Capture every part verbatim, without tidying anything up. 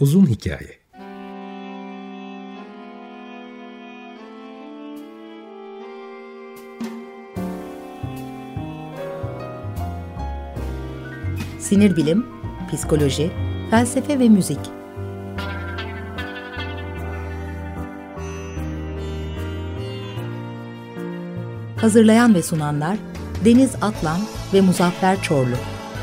Uzun hikaye. Sinir bilim, psikoloji, felsefe ve müzik. Hazırlayan ve sunanlar Deniz Atlan ve Muzaffer Çorlu.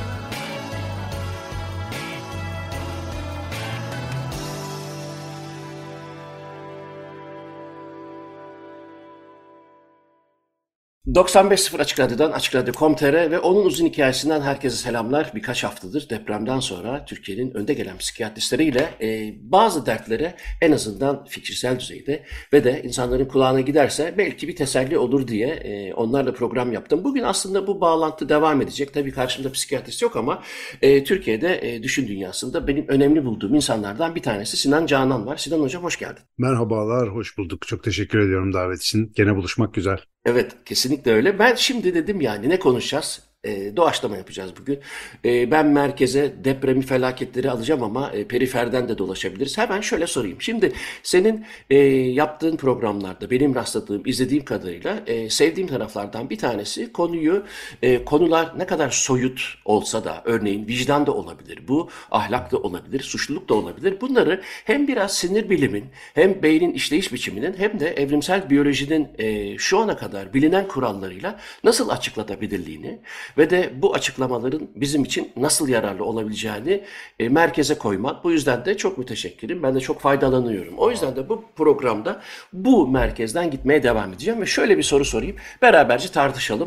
doksan beş nokta sıfır Açık Radyo'dan, Açık Radyo nokta com nokta tr ve onun uzun hikayesinden herkese selamlar. Birkaç haftadır depremden sonra Türkiye'nin önde gelen psikiyatristleriyle e, bazı dertlere en azından fikirsel düzeyde ve de insanların kulağına giderse belki bir teselli olur diye e, onlarla program yaptım. Bugün aslında bu bağlantı devam edecek. Tabii karşımda psikiyatrist yok ama e, Türkiye'de e, düşün dünyasında benim önemli bulduğum insanlardan bir tanesi Sinan Canan var. Sinan Hocam hoş geldin. Merhabalar, hoş bulduk. Çok teşekkür ediyorum davet için. Gene buluşmak güzel. Evet, kesinlikle öyle. Ben şimdi dedim yani ne konuşacağız? E, doğaçlama yapacağız bugün. E, ben merkeze depremi, felaketleri alacağım ama e, periferden de dolaşabiliriz. Hemen şöyle sorayım. Şimdi senin e, yaptığın programlarda benim rastladığım, izlediğim kadarıyla e, sevdiğim taraflardan bir tanesi konuyu, e, konular ne kadar soyut olsa da örneğin vicdan da olabilir, bu ahlak da olabilir, suçluluk da olabilir. Bunları hem biraz sinir bilimin, hem beynin işleyiş biçiminin hem de evrimsel biyolojinin e, şu ana kadar bilinen kurallarıyla nasıl açıklanabilirliğini ve de bu açıklamaların bizim için nasıl yararlı olabileceğini e, merkeze koymak. Bu yüzden de çok müteşekkirim. Ben de çok faydalanıyorum. O yüzden de bu programda bu merkezden gitmeye devam edeceğim ve şöyle bir soru sorayım. Beraberce tartışalım.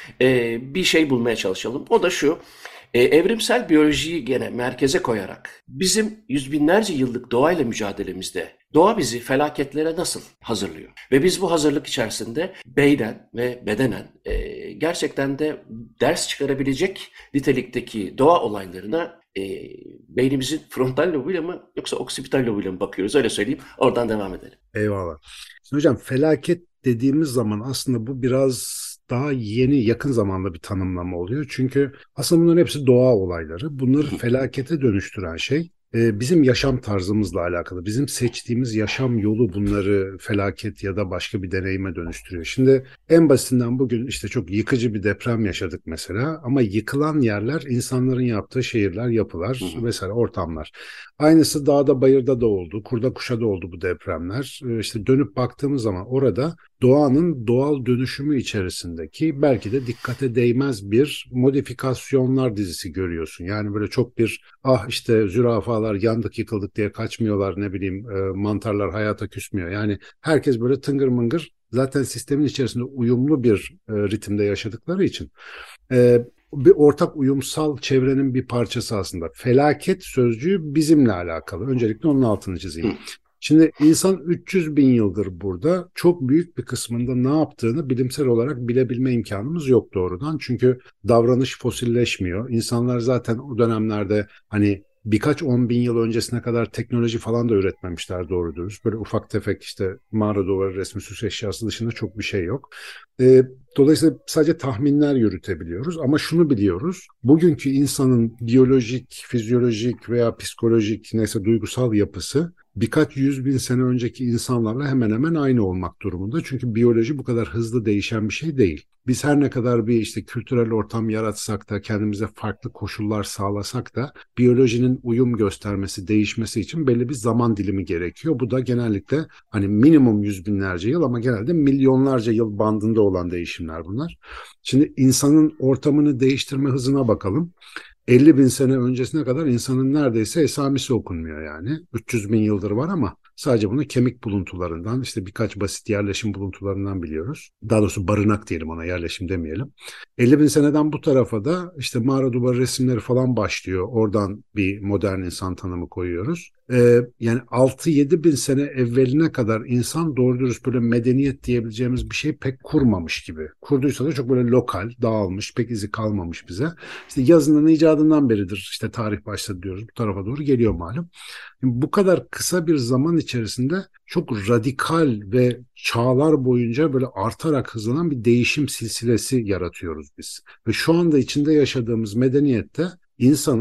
E, bir şey bulmaya çalışalım. O da şu. E, evrimsel biyolojiyi gene merkeze koyarak bizim yüz binlerce yıllık doğayla mücadelemizde doğa bizi felaketlere nasıl hazırlıyor? Ve biz bu hazırlık içerisinde beynen ve bedenen e, gerçekten de ders çıkarabilecek nitelikteki doğa olaylarına e, beynimizin frontal lobuyla mı yoksa oksipital lobuyla mı bakıyoruz? Öyle söyleyeyim. Oradan devam edelim. Eyvallah. Şimdi hocam felaket dediğimiz zaman aslında bu biraz daha yeni, yakın zamanda bir tanımlama oluyor. Çünkü aslında bunların hepsi doğa olayları. Bunları felakete dönüştüren şey bizim yaşam tarzımızla alakalı. Bizim seçtiğimiz yaşam yolu bunları felaket ya da başka bir deneyime dönüştürüyor. Şimdi en basitinden bugün işte çok yıkıcı bir deprem yaşadık mesela ama yıkılan yerler insanların yaptığı şehirler, yapılar vesaire ortamlar. Aynısı dağda bayırda da oldu, kurda kuşada oldu bu depremler. İşte dönüp baktığımız zaman orada doğanın doğal dönüşümü içerisindeki belki de dikkate değmez bir modifikasyonlar dizisi görüyorsun. Yani böyle çok bir ah işte zürafalar yandık yıkıldık diye kaçmıyorlar, ne bileyim mantarlar hayata küsmüyor. Yani herkes böyle tıngır mıngır zaten sistemin içerisinde uyumlu bir ritimde yaşadıkları için bir ortak uyumsal çevrenin bir parçası aslında. Felaket sözcüğü bizimle alakalı. Öncelikle onun altını çizeyim. Şimdi insan üç yüz bin yıldır burada, çok büyük bir kısmında ne yaptığını bilimsel olarak bilebilme imkanımız yok doğrudan. Çünkü davranış fosilleşmiyor. İnsanlar zaten o dönemlerde hani birkaç on bin yıl öncesine kadar teknoloji falan da üretmemişler doğru dürüst. Böyle ufak tefek işte mağara duvarı resmi, süs eşyası dışında çok bir şey yok. Ee, dolayısıyla sadece tahminler yürütebiliyoruz ama şunu biliyoruz. Bugünkü insanın biyolojik, fizyolojik veya psikolojik neyse duygusal yapısı birkaç yüz bin sene önceki insanlarla hemen hemen aynı olmak durumunda. Çünkü biyoloji bu kadar hızlı değişen bir şey değil. Biz her ne kadar bir işte kültürel ortam yaratsak da kendimize farklı koşullar sağlasak da biyolojinin uyum göstermesi, değişmesi için belli bir zaman dilimi gerekiyor. Bu da genellikle hani minimum yüz binlerce yıl ama genelde milyonlarca yıl bandında olan değişimler bunlar. Şimdi insanın ortamını değiştirme hızına bakalım. elli bin sene öncesine kadar insanın neredeyse esamesi okunmuyor yani. üç yüz bin yıldır var ama sadece bunu kemik buluntularından, işte birkaç basit yerleşim buluntularından biliyoruz. Daha doğrusu barınak diyelim ona, yerleşim demeyelim. elli bin seneden bu tarafa da işte mağara duvarı resimleri falan başlıyor. Oradan bir modern insan tanımı koyuyoruz. Ee, yani altı yedi bin sene evveline kadar insan doğru dürüst böyle medeniyet diyebileceğimiz bir şey pek kurmamış gibi. Kurduysa da çok böyle lokal, dağılmış, pek izi kalmamış bize. İşte yazının icadından beridir işte tarih başladı diyoruz. Bu tarafa doğru geliyor malum. Şimdi bu kadar kısa bir zaman içerisinde çok radikal ve çağlar boyunca böyle artarak hızlanan bir değişim silsilesi yaratıyoruz biz. Ve şu anda içinde yaşadığımız medeniyette insanın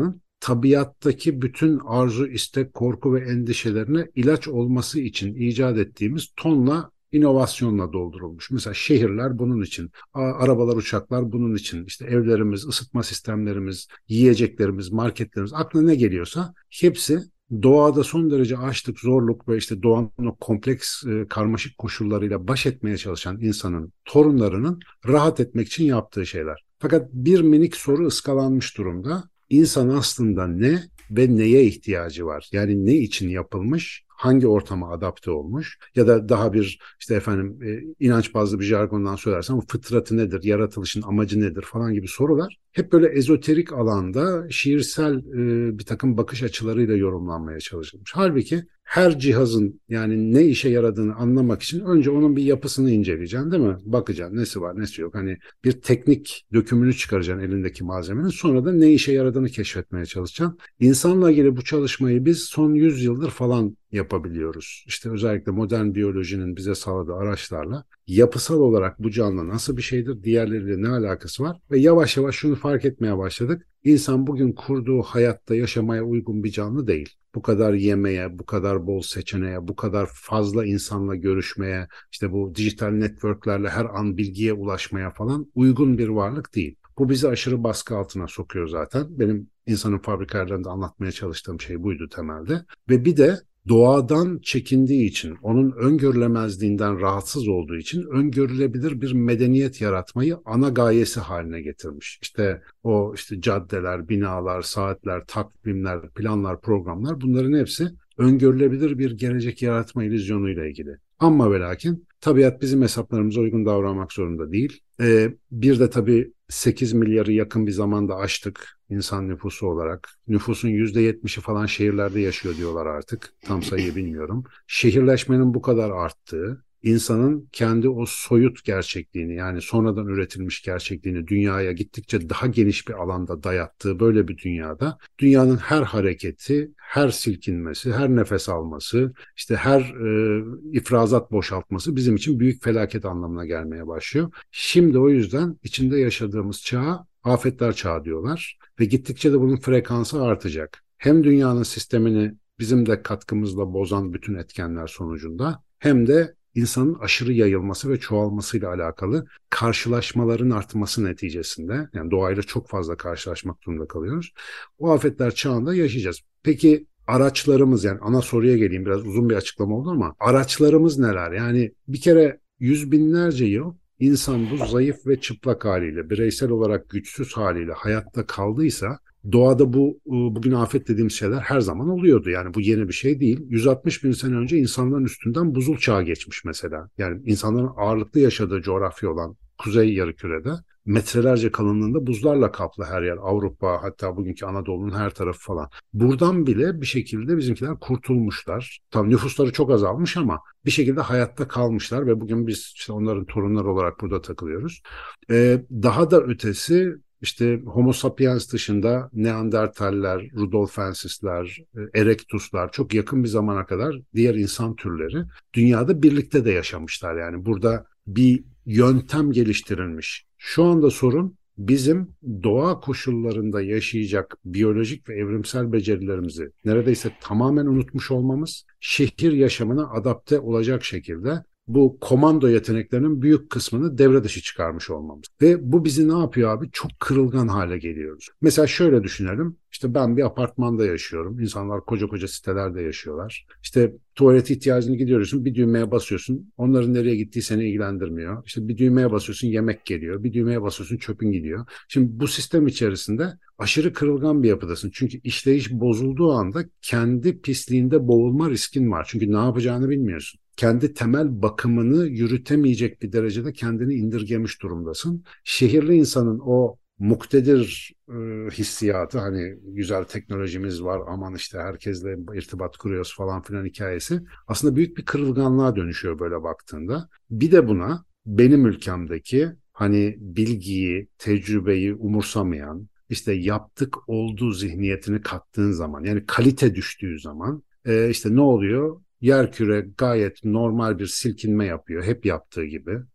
tabiattaki bütün arzu, istek, korku ve endişelerine ilaç olması için icat ettiğimiz tonla inovasyonla doldurulmuş. Mesela şehirler bunun için, arabalar, uçaklar bunun için, işte evlerimiz, ısıtma sistemlerimiz, yiyeceklerimiz, marketlerimiz, aklına ne geliyorsa hepsi doğada son derece açlık, zorluk ve işte doğanın o kompleks, e, karmaşık koşullarıyla baş etmeye çalışan insanın torunlarının rahat etmek için yaptığı şeyler. Fakat bir minik soru ıskalanmış durumda. İnsan aslında ne ve neye ihtiyacı var? Yani ne için yapılmış? Hangi ortama adapte olmuş? Ya da daha bir işte efendim e, inanç bazlı bir jargondan söylersem fıtratı nedir? Yaratılışın amacı nedir? Falan gibi sorular hep böyle ezoterik alanda şiirsel e, bir takım bakış açılarıyla yorumlanmaya çalışılmış. Halbuki her cihazın yani ne işe yaradığını anlamak için önce onun bir yapısını inceleyeceksin, değil mi? Bakacaksın nesi var nesi yok. Hani bir teknik dökümünü çıkaracaksın elindeki malzemenin, sonra da ne işe yaradığını keşfetmeye çalışacaksın. İnsanla ilgili bu çalışmayı biz son yüz yıldır falan yapabiliyoruz. İşte özellikle modern biyolojinin bize sağladığı araçlarla yapısal olarak bu canlı nasıl bir şeydir, diğerleriyle ne alakası var ve yavaş yavaş şunu fark etmeye başladık. İnsan bugün kurduğu hayatta yaşamaya uygun bir canlı değil. Bu kadar yemeye, bu kadar bol seçeneğe, bu kadar fazla insanla görüşmeye, işte bu dijital networklerle her an bilgiye ulaşmaya falan uygun bir varlık değil. Bu bizi aşırı baskı altına sokuyor zaten. Benim insanın fabrikalarında anlatmaya çalıştığım şey buydu temelde. Ve bir de doğadan çekindiği için, onun öngörülemezliğinden rahatsız olduğu için öngörülebilir bir medeniyet yaratmayı ana gayesi haline getirmiş. İşte o işte caddeler, binalar, saatler, takvimler, planlar, programlar, bunların hepsi öngörülebilir bir gelecek yaratma illüzyonuyla ilgili. Ama ve lakin tabiat bizim hesaplarımıza uygun davranmak zorunda değil. Ee, bir de tabii sekiz milyarı yakın bir zamanda aştık insan nüfusu olarak. Nüfusun yüzde yetmişi falan şehirlerde yaşıyor diyorlar artık. Tam sayıyı bilmiyorum. Şehirleşmenin bu kadar arttığı, insanın kendi o soyut gerçekliğini, yani sonradan üretilmiş gerçekliğini dünyaya gittikçe daha geniş bir alanda dayattığı böyle bir dünyada dünyanın her hareketi, her silkinmesi, her nefes alması, işte her e, ifrazat boşaltması bizim için büyük felaket anlamına gelmeye başlıyor. Şimdi o yüzden içinde yaşadığımız çağa afetler çağı diyorlar ve gittikçe de bunun frekansı artacak. Hem dünyanın sistemini bizim de katkımızla bozan bütün etkenler sonucunda, hem de insanın aşırı yayılması ve çoğalmasıyla alakalı karşılaşmaların artması neticesinde, yani doğayla çok fazla karşılaşmak durumunda kalıyoruz. O afetler çağında yaşayacağız. Peki araçlarımız, yani ana soruya geleyim, biraz uzun bir açıklama oldu ama araçlarımız neler? Yani bir kere yüz binlerce yıl İnsan bu zayıf ve çıplak haliyle, bireysel olarak güçsüz haliyle hayatta kaldıysa, doğada bu bugün afet dediğimiz şeyler her zaman oluyordu. Yani bu yeni bir şey değil. yüz altmış bin sene önce insanların üstünden buzul çağı geçmiş mesela. Yani insanların ağırlıklı yaşadığı coğrafya olan Kuzey Yarımküre'de metrelerce kalınlığında buzlarla kaplı her yer. Avrupa, hatta bugünkü Anadolu'nun her tarafı falan. Buradan bile bir şekilde bizimkiler kurtulmuşlar. Tabii nüfusları çok azalmış ama bir şekilde hayatta kalmışlar ve bugün biz işte onların torunları olarak burada takılıyoruz. Ee, daha da ötesi, İşte Homo sapiens dışında Neandertaller, Rudolfensisler, Erectuslar, çok yakın bir zamana kadar diğer insan türleri dünyada birlikte de yaşamışlar. Yani burada bir yöntem geliştirilmiş. Şu anda sorun bizim doğa koşullarında yaşayacak biyolojik ve evrimsel becerilerimizi neredeyse tamamen unutmuş olmamız, şehir yaşamına adapte olacak şekilde bu komando yeteneklerinin büyük kısmını devre dışı çıkarmış olmamız. Ve bu bizi ne yapıyor abi? Çok kırılgan hale geliyoruz. Mesela şöyle düşünelim. İşte ben bir apartmanda yaşıyorum. İnsanlar koca koca sitelerde yaşıyorlar. İşte tuvalet ihtiyacını gidiyorsun, bir düğmeye basıyorsun. Onların nereye gittiği seni ilgilendirmiyor. İşte bir düğmeye basıyorsun, yemek geliyor. Bir düğmeye basıyorsun, çöpün gidiyor. Şimdi bu sistem içerisinde aşırı kırılgan bir yapıdasın. Çünkü işleyiş bozulduğu anda kendi pisliğinde boğulma riskin var. Çünkü ne yapacağını bilmiyorsun. Kendi temel bakımını yürütemeyecek bir derecede kendini indirgemiş durumdasın. Şehirli insanın o muktedir e, hissiyatı, hani güzel teknolojimiz var, aman işte herkesle irtibat kuruyoruz falan filan hikayesi aslında büyük bir kırılganlığa dönüşüyor böyle baktığında. Bir de buna benim ülkemdeki hani bilgiyi, tecrübeyi umursamayan, işte yaptık olduğu zihniyetini kattığın zaman, yani kalite düştüğü zaman e, işte ne oluyor? Yerküre gayet normal bir silkinme yapıyor, hep yaptığı gibi.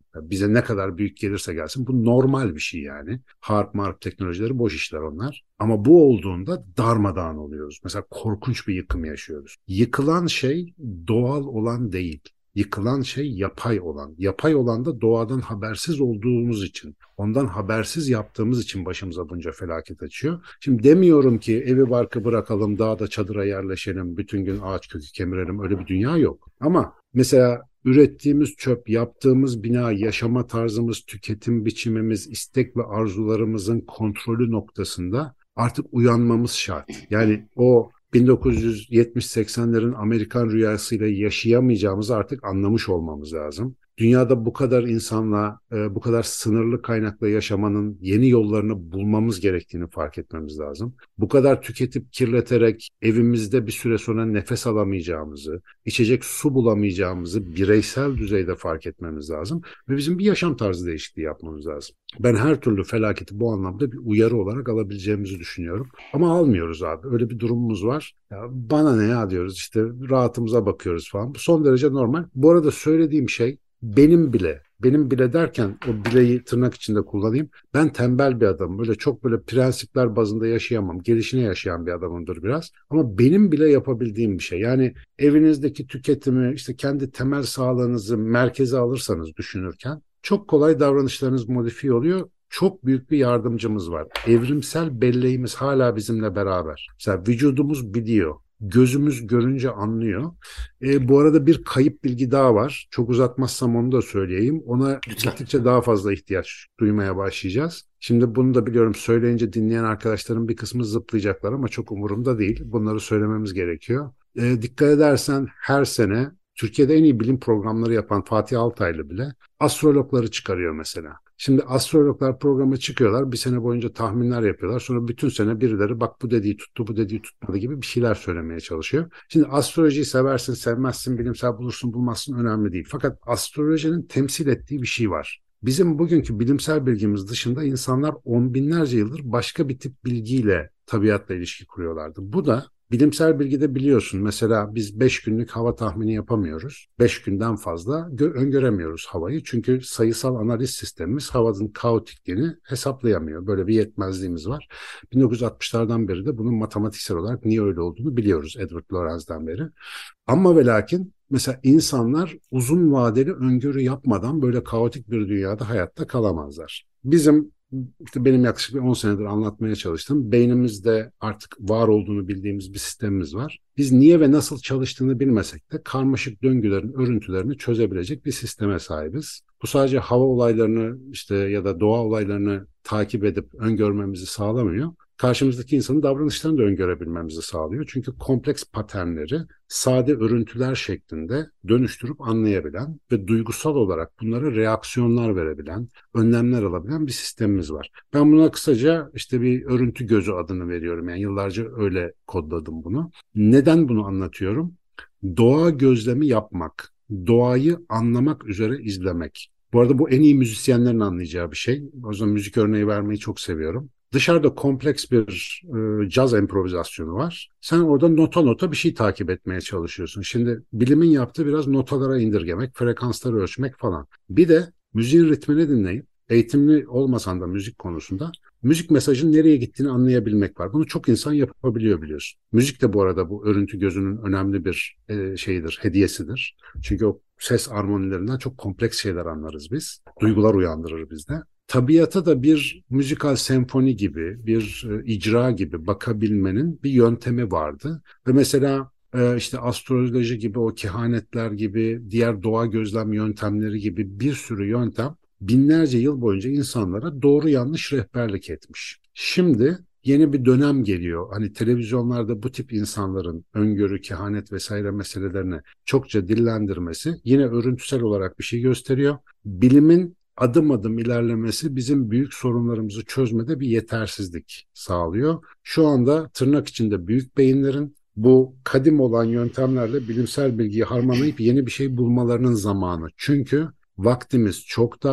Yani bize ne kadar büyük gelirse gelsin bu normal bir şey yani. Harp marp teknolojileri boş işler onlar. Ama bu olduğunda darmadağın oluyoruz. Mesela korkunç bir yıkım yaşıyoruz. Yıkılan şey doğal olan değil. Yıkılan şey yapay olan. Yapay olan da doğadan habersiz olduğumuz için, ondan habersiz yaptığımız için başımıza bunca felaket açıyor. Şimdi demiyorum ki evi barkı bırakalım, dağda çadıra yerleşelim, bütün gün ağaç kökü kemirelim. Öyle bir dünya yok. Ama mesela ürettiğimiz çöp, yaptığımız bina, yaşama tarzımız, tüketim biçimimiz, istek ve arzularımızın kontrolü noktasında artık uyanmamız şart. Yani o bin dokuz yüz yetmiş seksenlerin Amerikan rüyasıyla yaşayamayacağımızı artık anlamış olmamız lazım. Dünyada bu kadar insanla, bu kadar sınırlı kaynakla yaşamanın yeni yollarını bulmamız gerektiğini fark etmemiz lazım. Bu kadar tüketip kirleterek evimizde bir süre sonra nefes alamayacağımızı, içecek su bulamayacağımızı bireysel düzeyde fark etmemiz lazım. Ve bizim bir yaşam tarzı değişikliği yapmamız lazım. Ben her türlü felaketi bu anlamda bir uyarı olarak alabileceğimizi düşünüyorum. Ama almıyoruz abi. Öyle bir durumumuz var. Ya bana ne ya diyoruz, işte rahatımıza bakıyoruz falan. Bu son derece normal. Bu arada söylediğim şey benim bile, benim bile derken o bileyi tırnak içinde kullanayım. Ben tembel bir adamım. Böyle çok böyle prensipler bazında yaşayamam. Gelişine yaşayan bir adamımdır biraz. Ama benim bile yapabildiğim bir şey. Yani evinizdeki tüketimi, işte kendi temel sağlığınızı merkeze alırsanız düşünürken çok kolay davranışlarınız modifiye oluyor. Çok büyük bir yardımcımız var. Evrimsel belleğimiz hala bizimle beraber. Mesela vücudumuz biliyor. Gözümüz görünce anlıyor. E, bu arada bir kayıp bilgi daha var. Çok uzatmazsam onu da söyleyeyim. Ona Lütfen. gittikçe daha fazla ihtiyaç duymaya başlayacağız. Şimdi bunu da biliyorum, söyleyince dinleyen arkadaşların bir kısmı zıplayacaklar ama çok umurumda değil. Bunları söylememiz gerekiyor. E, dikkat edersen her sene Türkiye'de en iyi bilim programları yapan Fatih Altaylı bile astrologları çıkarıyor mesela. Şimdi astrologlar programa çıkıyorlar, bir sene boyunca tahminler yapıyorlar. Sonra bütün sene birileri bak bu dediği tuttu, bu dediği tutmadı gibi bir şeyler söylemeye çalışıyor. Şimdi astrolojiyi seversin, sevmezsin, bilimsel bulursun, bulmazsın önemli değil. Fakat astrolojinin temsil ettiği bir şey var. Bizim bugünkü bilimsel bilgimiz dışında insanlar on binlerce yıldır başka bir tip bilgiyle tabiatla ilişki kuruyorlardı. Bu da bilimsel bilgide biliyorsun, mesela biz beş günlük hava tahmini yapamıyoruz. beş günden fazla gö- öngöremiyoruz havayı. Çünkü sayısal analiz sistemimiz havanın kaotikliğini hesaplayamıyor. Böyle bir yetmezliğimiz var. bin dokuz yüz altmışlardan beri de bunun matematiksel olarak niye öyle olduğunu biliyoruz, Edward Lorenz'den beri. Ama ve lakin mesela insanlar uzun vadeli öngörü yapmadan böyle kaotik bir dünyada hayatta kalamazlar. Bizim işte benim yaklaşık on senedir anlatmaya çalıştığım, beynimizde artık var olduğunu bildiğimiz bir sistemimiz var. Biz niye ve nasıl çalıştığını bilmesek de karmaşık döngülerin örüntülerini çözebilecek bir sisteme sahibiz. Bu sadece hava olaylarını işte ya da doğa olaylarını takip edip öngörmemizi sağlamıyor. Karşımızdaki insanın davranışlarını da öngörebilmemizi sağlıyor. Çünkü kompleks paternleri sade örüntüler şeklinde dönüştürüp anlayabilen ve duygusal olarak bunlara reaksiyonlar verebilen, önlemler alabilen bir sistemimiz var. Ben buna kısaca işte bir örüntü gözü adını veriyorum. Yani yıllarca öyle kodladım bunu. Neden bunu anlatıyorum? Doğa gözlemi yapmak, doğayı anlamak üzere izlemek. Bu arada bu en iyi müzisyenlerin anlayacağı bir şey. O yüzden müzik örneği vermeyi çok seviyorum. Dışarıda kompleks bir e, caz improvizasyonu var. Sen orada nota nota bir şey takip etmeye çalışıyorsun. Şimdi bilimin yaptığı biraz notalara indirgemek, frekansları ölçmek falan. Bir de müziğin ritmini dinleyip, eğitimli olmasan da müzik konusunda, müzik mesajın nereye gittiğini anlayabilmek var. Bunu çok insan yapabiliyor biliyorsun. Müzik de bu arada bu örüntü gözünün önemli bir e, şeyidir, hediyesidir. Çünkü o ses armonilerinden çok kompleks şeyler anlarız biz. Duygular uyandırır bizde. Tabiata da bir müzikal senfoni gibi, bir e, icra gibi bakabilmenin bir yöntemi vardı. Ve mesela e, işte astroloji gibi, o kehanetler gibi, diğer doğa gözlem yöntemleri gibi bir sürü yöntem binlerce yıl boyunca insanlara doğru yanlış rehberlik etmiş. Şimdi yeni bir dönem geliyor. Hani televizyonlarda bu tip insanların öngörü, kehanet vesaire meselelerini çokça dillendirmesi yine örüntüsel olarak bir şey gösteriyor. Bilimin adım adım ilerlemesi bizim büyük sorunlarımızı çözmede bir yetersizlik sağlıyor. Şu anda tırnak içinde büyük beyinlerin bu kadim olan yöntemlerle bilimsel bilgiyi harmanlayıp yeni bir şey bulmalarının zamanı. Çünkü vaktimiz çok dar,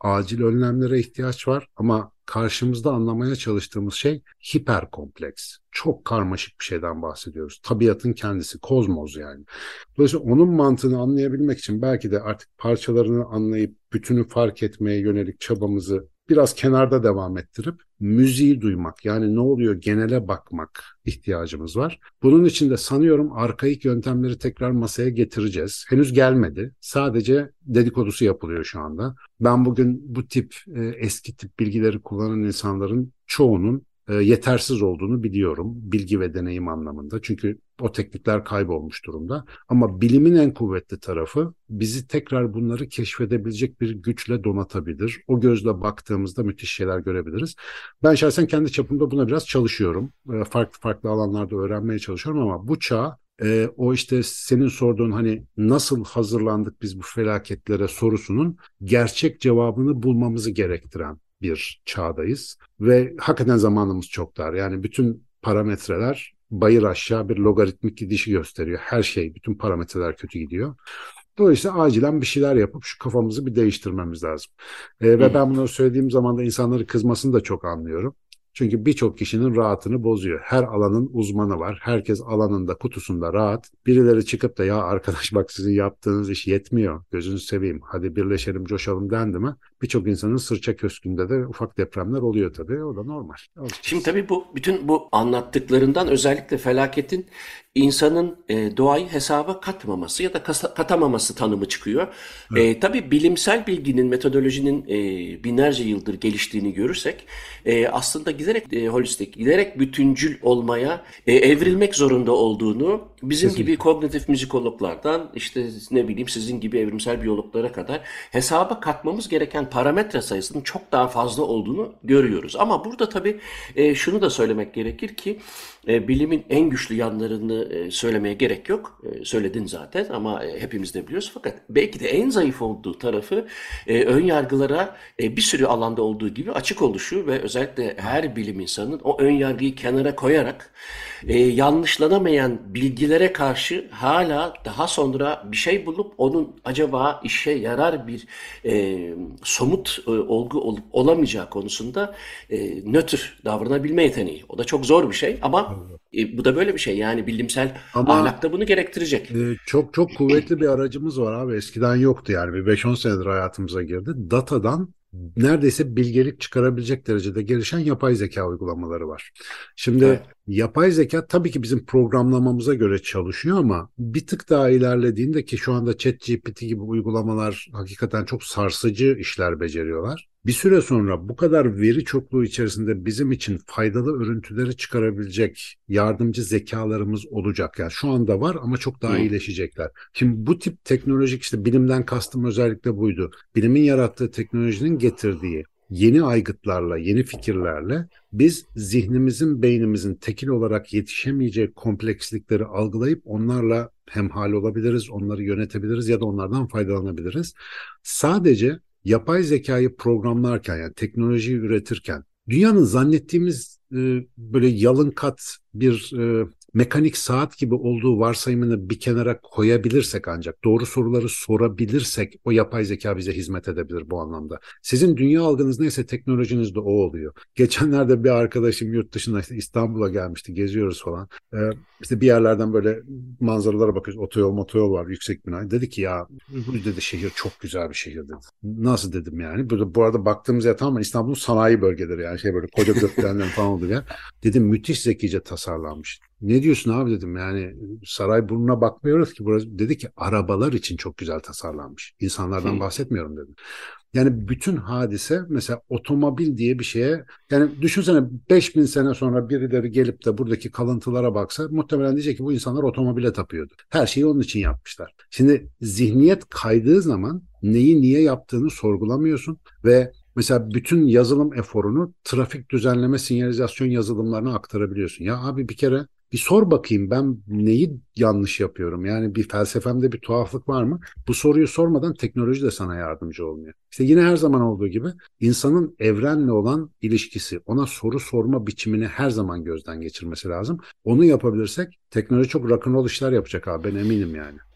acil önlemlere ihtiyaç var ama karşımızda anlamaya çalıştığımız şey hiperkompleks. Çok karmaşık bir şeyden bahsediyoruz. Tabiatın kendisi, kozmos yani. Dolayısıyla onun mantığını anlayabilmek için belki de artık parçalarını anlayıp bütünü fark etmeye yönelik çabamızı biraz kenarda devam ettirip müziği duymak, yani ne oluyor genele bakmak ihtiyacımız var. Bunun için de sanıyorum arkaik yöntemleri tekrar masaya getireceğiz. Henüz gelmedi. Sadece dedikodusu yapılıyor şu anda. Ben bugün bu tip e, eski tip bilgileri kullanan insanların çoğunun e, yetersiz olduğunu biliyorum. Bilgi ve deneyim anlamında. Çünkü o teknikler kaybolmuş durumda. Ama bilimin en kuvvetli tarafı bizi tekrar bunları keşfedebilecek bir güçle donatabilir. O gözle baktığımızda müthiş şeyler görebiliriz. Ben şahsen kendi çapımda buna biraz çalışıyorum. E, farklı farklı alanlarda öğrenmeye çalışıyorum ama bu çağ e, o işte senin sorduğun hani nasıl hazırlandık biz bu felaketlere sorusunun gerçek cevabını bulmamızı gerektiren bir çağdayız. Ve hakikaten zamanımız çok dar. Yani bütün parametreler bayır aşağı bir logaritmik gidişi gösteriyor. Her şey, bütün parametreler kötü gidiyor. Dolayısıyla acilen bir şeyler yapıp şu kafamızı bir değiştirmemiz lazım. Ee, ve ben bunları söylediğim zaman da insanları kızmasını da çok anlıyorum. Çünkü birçok kişinin rahatını bozuyor. Her alanın uzmanı var. Herkes alanında, kutusunda rahat. Birileri çıkıp da ya arkadaş bak sizin yaptığınız iş yetmiyor. Gözünüzü seveyim. Hadi birleşelim, coşalım dendi mi? Birçok insanın sırça köşkünde de ufak depremler oluyor tabii. O da normal. Alışacağız. Şimdi tabii bu bütün bu anlattıklarından özellikle felaketin insanın e, doğayı hesaba katmaması ya da kasa- katamaması tanımı çıkıyor. E, tabii bilimsel bilginin, metodolojinin e, binlerce yıldır geliştiğini görürsek e, aslında giderek e, holistik, giderek bütüncül olmaya e, evrilmek zorunda olduğunu bizim Kesinlikle. gibi kognitif müzikologlardan işte ne bileyim sizin gibi evrimsel biyologlara kadar hesaba katmamız gereken parametre sayısının çok daha fazla olduğunu görüyoruz. Ama burada tabii e, şunu da söylemek gerekir ki e, bilimin en güçlü yanlarını e, söylemeye gerek yok. E, söyledin zaten ama e, hepimiz de biliyoruz. Fakat belki de en zayıf olduğu tarafı e, ön yargılara e, bir sürü alanda olduğu gibi açık oluşu ve özellikle her bilim insanının o ön yargıyı kenara koyarak e, yanlışlanamayan bilgilere karşı hala daha sonra bir şey bulup onun acaba işe yarar bir e, somut e, olgu olup olamayacağı konusunda e, nötr davranabilme yeteneği. O da çok zor bir şey ama e, bu da böyle bir şey. Yani bilimsel Ama ahlak da bunu gerektirecek. Ee, çok çok kuvvetli bir aracımız var abi. Eskiden yoktu yani. Bir beş on senedir hayatımıza girdi. Datadan neredeyse bilgelik çıkarabilecek derecede gelişen yapay zeka uygulamaları var. Şimdi Evet. yapay zeka tabii ki bizim programlamamıza göre çalışıyor ama bir tık daha ilerlediğinde ki şu anda ChatGPT gibi uygulamalar hakikaten çok sarsıcı işler beceriyorlar. Bir süre sonra bu kadar veri çokluğu içerisinde bizim için faydalı örüntüleri çıkarabilecek yardımcı zekalarımız olacak. Yani şu anda var ama çok daha Hı. iyileşecekler. Şimdi bu tip teknolojik işte bilimden kastım özellikle buydu. Bilimin yarattığı teknolojinin getirdiği yeni aygıtlarla, yeni fikirlerle biz zihnimizin, beynimizin tekil olarak yetişemeyecek komplekslikleri algılayıp onlarla hemhal olabiliriz, onları yönetebiliriz ya da onlardan faydalanabiliriz. Sadece yapay zekayı programlarken yani teknolojiyi üretirken dünyanın zannettiğimiz e, böyle yalın kat bir e, mekanik saat gibi olduğu varsayımını bir kenara koyabilirsek ancak doğru soruları sorabilirsek o yapay zeka bize hizmet edebilir bu anlamda. Sizin dünya algınız neyse teknolojiniz de o oluyor. Geçenlerde bir arkadaşım yurt dışında işte İstanbul'a gelmişti, geziyoruz falan. Ee, işte bir yerlerden böyle manzaralara bakıyoruz. Otoyol motoyol var, yüksek bina. Dedi ki ya bu dedi şehir çok güzel bir şehir dedi. Nasıl dedim yani. Bu, bu arada baktığımız yer tamamen İstanbul'un sanayi bölgeleri yani şey böyle koca gökdelenlerin falan olduğu yer. Dedim müthiş zekice tasarlanmış. Ne diyorsun abi dedim yani Sarayburnu'na bakmıyoruz ki burası. Dedi ki arabalar için çok güzel tasarlanmış. İnsanlardan bahsetmiyorum dedim. Yani bütün hadise mesela otomobil diye bir şeye yani düşünsene beş bin sene sonra birileri gelip de buradaki kalıntılara baksa muhtemelen diyecek ki bu insanlar otomobile tapıyordu. Her şeyi onun için yapmışlar. Şimdi zihniyet kaydığı zaman neyi niye yaptığını sorgulamıyorsun ve mesela bütün yazılım eforunu trafik düzenleme sinyalizasyon yazılımlarına aktarabiliyorsun. Ya abi bir kere bir sor bakayım ben neyi yanlış yapıyorum? Yani bir felsefemde bir tuhaflık var mı? Bu soruyu sormadan teknoloji de sana yardımcı olmuyor. İşte yine her zaman olduğu gibi insanın evrenle olan ilişkisi, ona soru sorma biçimini her zaman gözden geçirmesi lazım. Onu yapabilirsek teknoloji çok rock'n'roll işler yapacak abi ben eminim yani.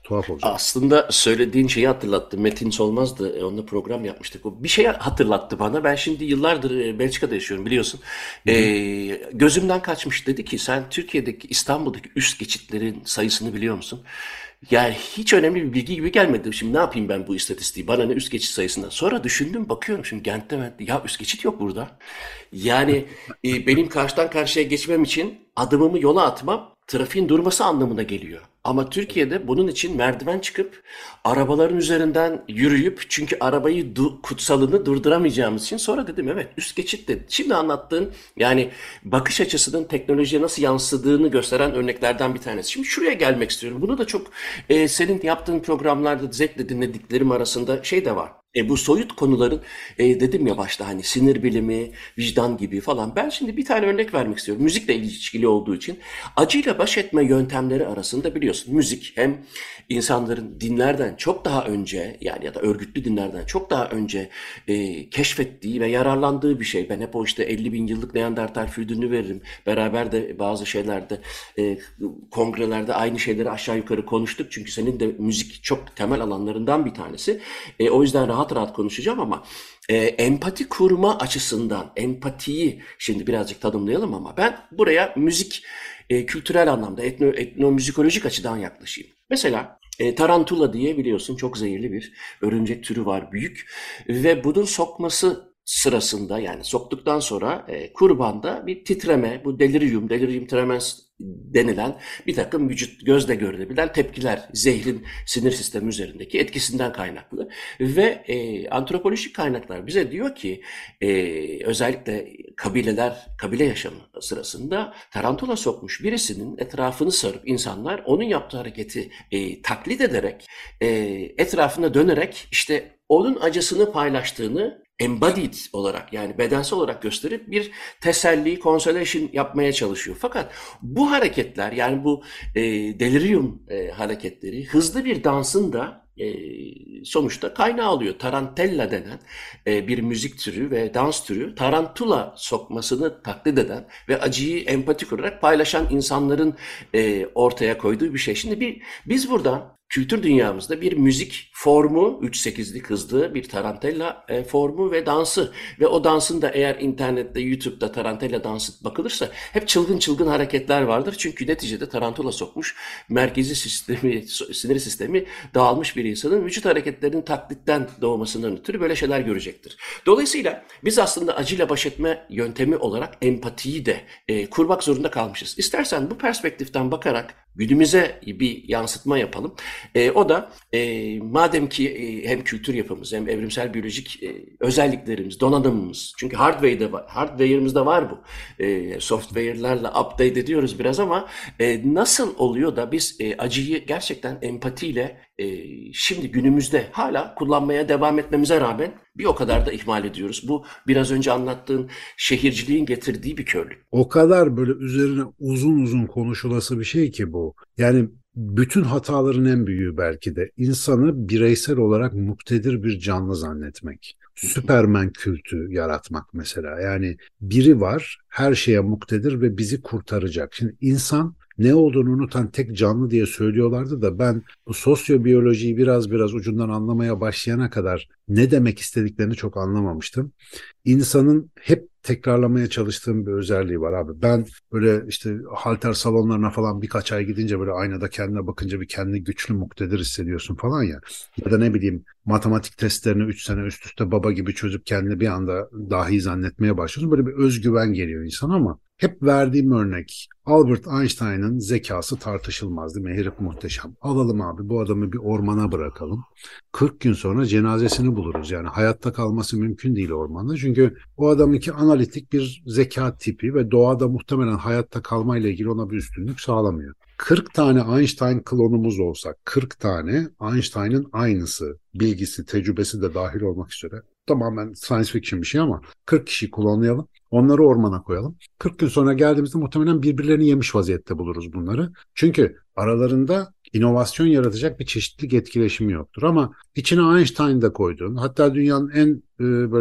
Tuhaf olacak. Aslında söylediğin şeyi hatırlattı. Metin Solmaz'dı. E, Onunla program yapmıştık. O bir şey hatırlattı bana. Ben şimdi yıllardır e, Belçika'da yaşıyorum biliyorsun. Hı E, hı. gözümden kaçmış. Dedi ki sen Türkiye'deki İstanbul'daki üst geçitlerin sayısını biliyor musun? Yani hiç önemli bir bilgi gibi gelmedi. Şimdi ne yapayım ben bu istatistiği? Bana ne üst geçit sayısından? Sonra düşündüm bakıyorum şimdi Gent'te Ment'te. Ya üst geçit yok burada. Yani e, benim karşıdan karşıya geçmem için adımımı yola atmam trafiğin durması anlamına geliyor. Ama Türkiye'de bunun için merdiven çıkıp arabaların üzerinden yürüyüp çünkü arabayı du- kutsalını durduramayacağımız için sonra dedim evet üst geçit dedi. Şimdi anlattığın yani bakış açısının teknolojiye nasıl yansıdığını gösteren örneklerden bir tanesi. Şimdi şuraya gelmek istiyorum. Bunu da çok e, senin yaptığın programlarda zevkle dinlediklerim arasında şey de var. E, bu soyut konuların e, dedim ya başta hani sinir bilimi, vicdan gibi falan. Ben şimdi bir tane örnek vermek istiyorum. Müzikle ilişkili olduğu için. Acıyla baş etme yöntemleri arasında biliyorsun müzik hem insanların dinlerden çok daha önce yani ya da örgütlü dinlerden çok daha önce e, keşfettiği ve yararlandığı bir şey. Ben hep o işte elli bin yıllık Neandertal flütünü veririm. Beraber de bazı şeylerde e, kongrelerde aynı şeyleri aşağı yukarı konuştuk. Çünkü senin de müzik çok temel alanlarından bir tanesi. E, o yüzden rahat rahat konuşacağım ama e, empati kurma açısından empatiyi şimdi birazcık tanımlayalım ama ben buraya müzik e, kültürel anlamda etno, etnomüzikolojik açıdan yaklaşayım. Mesela e, tarantula diye biliyorsun çok zehirli bir örümcek türü var büyük ve bunun sokması sırasında yani soktuktan sonra e, kurbanda bir titreme bu delirium, delirium tremens denilen bir takım vücut gözle görülebilen tepkiler zehrin sinir sistemi üzerindeki etkisinden kaynaklı ve e, antropolojik kaynaklar bize diyor ki e, özellikle kabileler kabile yaşamı sırasında tarantula sokmuş birisinin etrafını sarıp insanlar onun yaptığı hareketi e, taklit ederek e, etrafına dönerek işte onun acısını paylaştığını embodied olarak yani bedensel olarak gösterip bir teselli, consolation yapmaya çalışıyor. Fakat bu hareketler yani bu e, delirium e, hareketleri hızlı bir dansın da e, sonuçta kaynağı oluyor. Tarantella denen e, bir müzik türü ve dans türü tarantula sokmasını taklit eden ve acıyı empatik olarak paylaşan insanların e, ortaya koyduğu bir şey. Şimdi bir, biz burada kültür dünyamızda bir müzik formu, üç sekizlik hızlı bir tarantella e, formu ve dansı ve o dansın da eğer internette, YouTube'da tarantella dansı bakılırsa hep çılgın çılgın hareketler vardır. Çünkü neticede tarantula sokmuş, merkezi sistemi, sinir sistemi dağılmış bir insanın vücut hareketlerinin taklitten doğmasından ötürü böyle şeyler görecektir. Dolayısıyla biz aslında acıyla baş etme yöntemi olarak empatiyi de e, kurmak zorunda kalmışız. İstersen bu perspektiften bakarak günümüze bir yansıtma yapalım. E, o da e, madem ki e, hem kültür yapımız hem evrimsel biyolojik e, özelliklerimiz, donanımımız. Çünkü hardware'de var, hardware'ımızda var bu. E, software'larla update ediyoruz biraz ama e, nasıl oluyor da biz e, acıyı gerçekten empatiyle e, şimdi günümüzde hala kullanmaya devam etmemize rağmen bir o kadar da ihmal ediyoruz. Bu biraz önce anlattığın şehirciliğin getirdiği bir körlük. O kadar böyle üzerine uzun uzun konuşulası bir şey ki bu. Yani bütün hataların en büyüğü belki de insanı bireysel olarak muktedir bir canlı zannetmek. Süpermen kültü yaratmak mesela. Yani biri var, her şeye muktedir ve bizi kurtaracak. Şimdi insan ne olduğunu unutan tek canlı diye söylüyorlardı da ben bu sosyobiyolojiyi biraz biraz ucundan anlamaya başlayana kadar ne demek istediklerini çok anlamamıştım. İnsanın hep tekrarlamaya çalıştığım bir özelliği var abi. Ben böyle işte halter salonlarına falan birkaç ay gidince böyle aynada kendine bakınca bir kendini güçlü muktedir hissediyorsun falan ya. Ya da ne bileyim matematik testlerini üç sene üst üste baba gibi çözüp kendini bir anda dahi zannetmeye başlıyorsun. Böyle bir özgüven geliyor insana ama hep verdiğim örnek Albert Einstein'ın zekası tartışılmaz değil mi? Herif muhteşem. Alalım abi bu adamı bir ormana bırakalım. kırk gün sonra cenazesini buluruz. Yani hayatta kalması mümkün değil ormanda. Çünkü o adamınki analitik bir zeka tipi ve doğada muhtemelen hayatta kalmayla ilgili ona bir üstünlük sağlamıyor. kırk tane Einstein klonumuz olsa, kırk tane Einstein'ın aynısı, bilgisi, tecrübesi de dahil olmak üzere. Tamamen science fiction bir şey ama kırk kişi klonlayalım. Onları ormana koyalım. kırk gün sonra geldiğimizde muhtemelen birbirlerini yemiş vaziyette buluruz bunları. Çünkü aralarında inovasyon yaratacak bir çeşitlilik etkileşimi yoktur. Ama içine Einstein da koyduğun, hatta dünyanın en e, böyle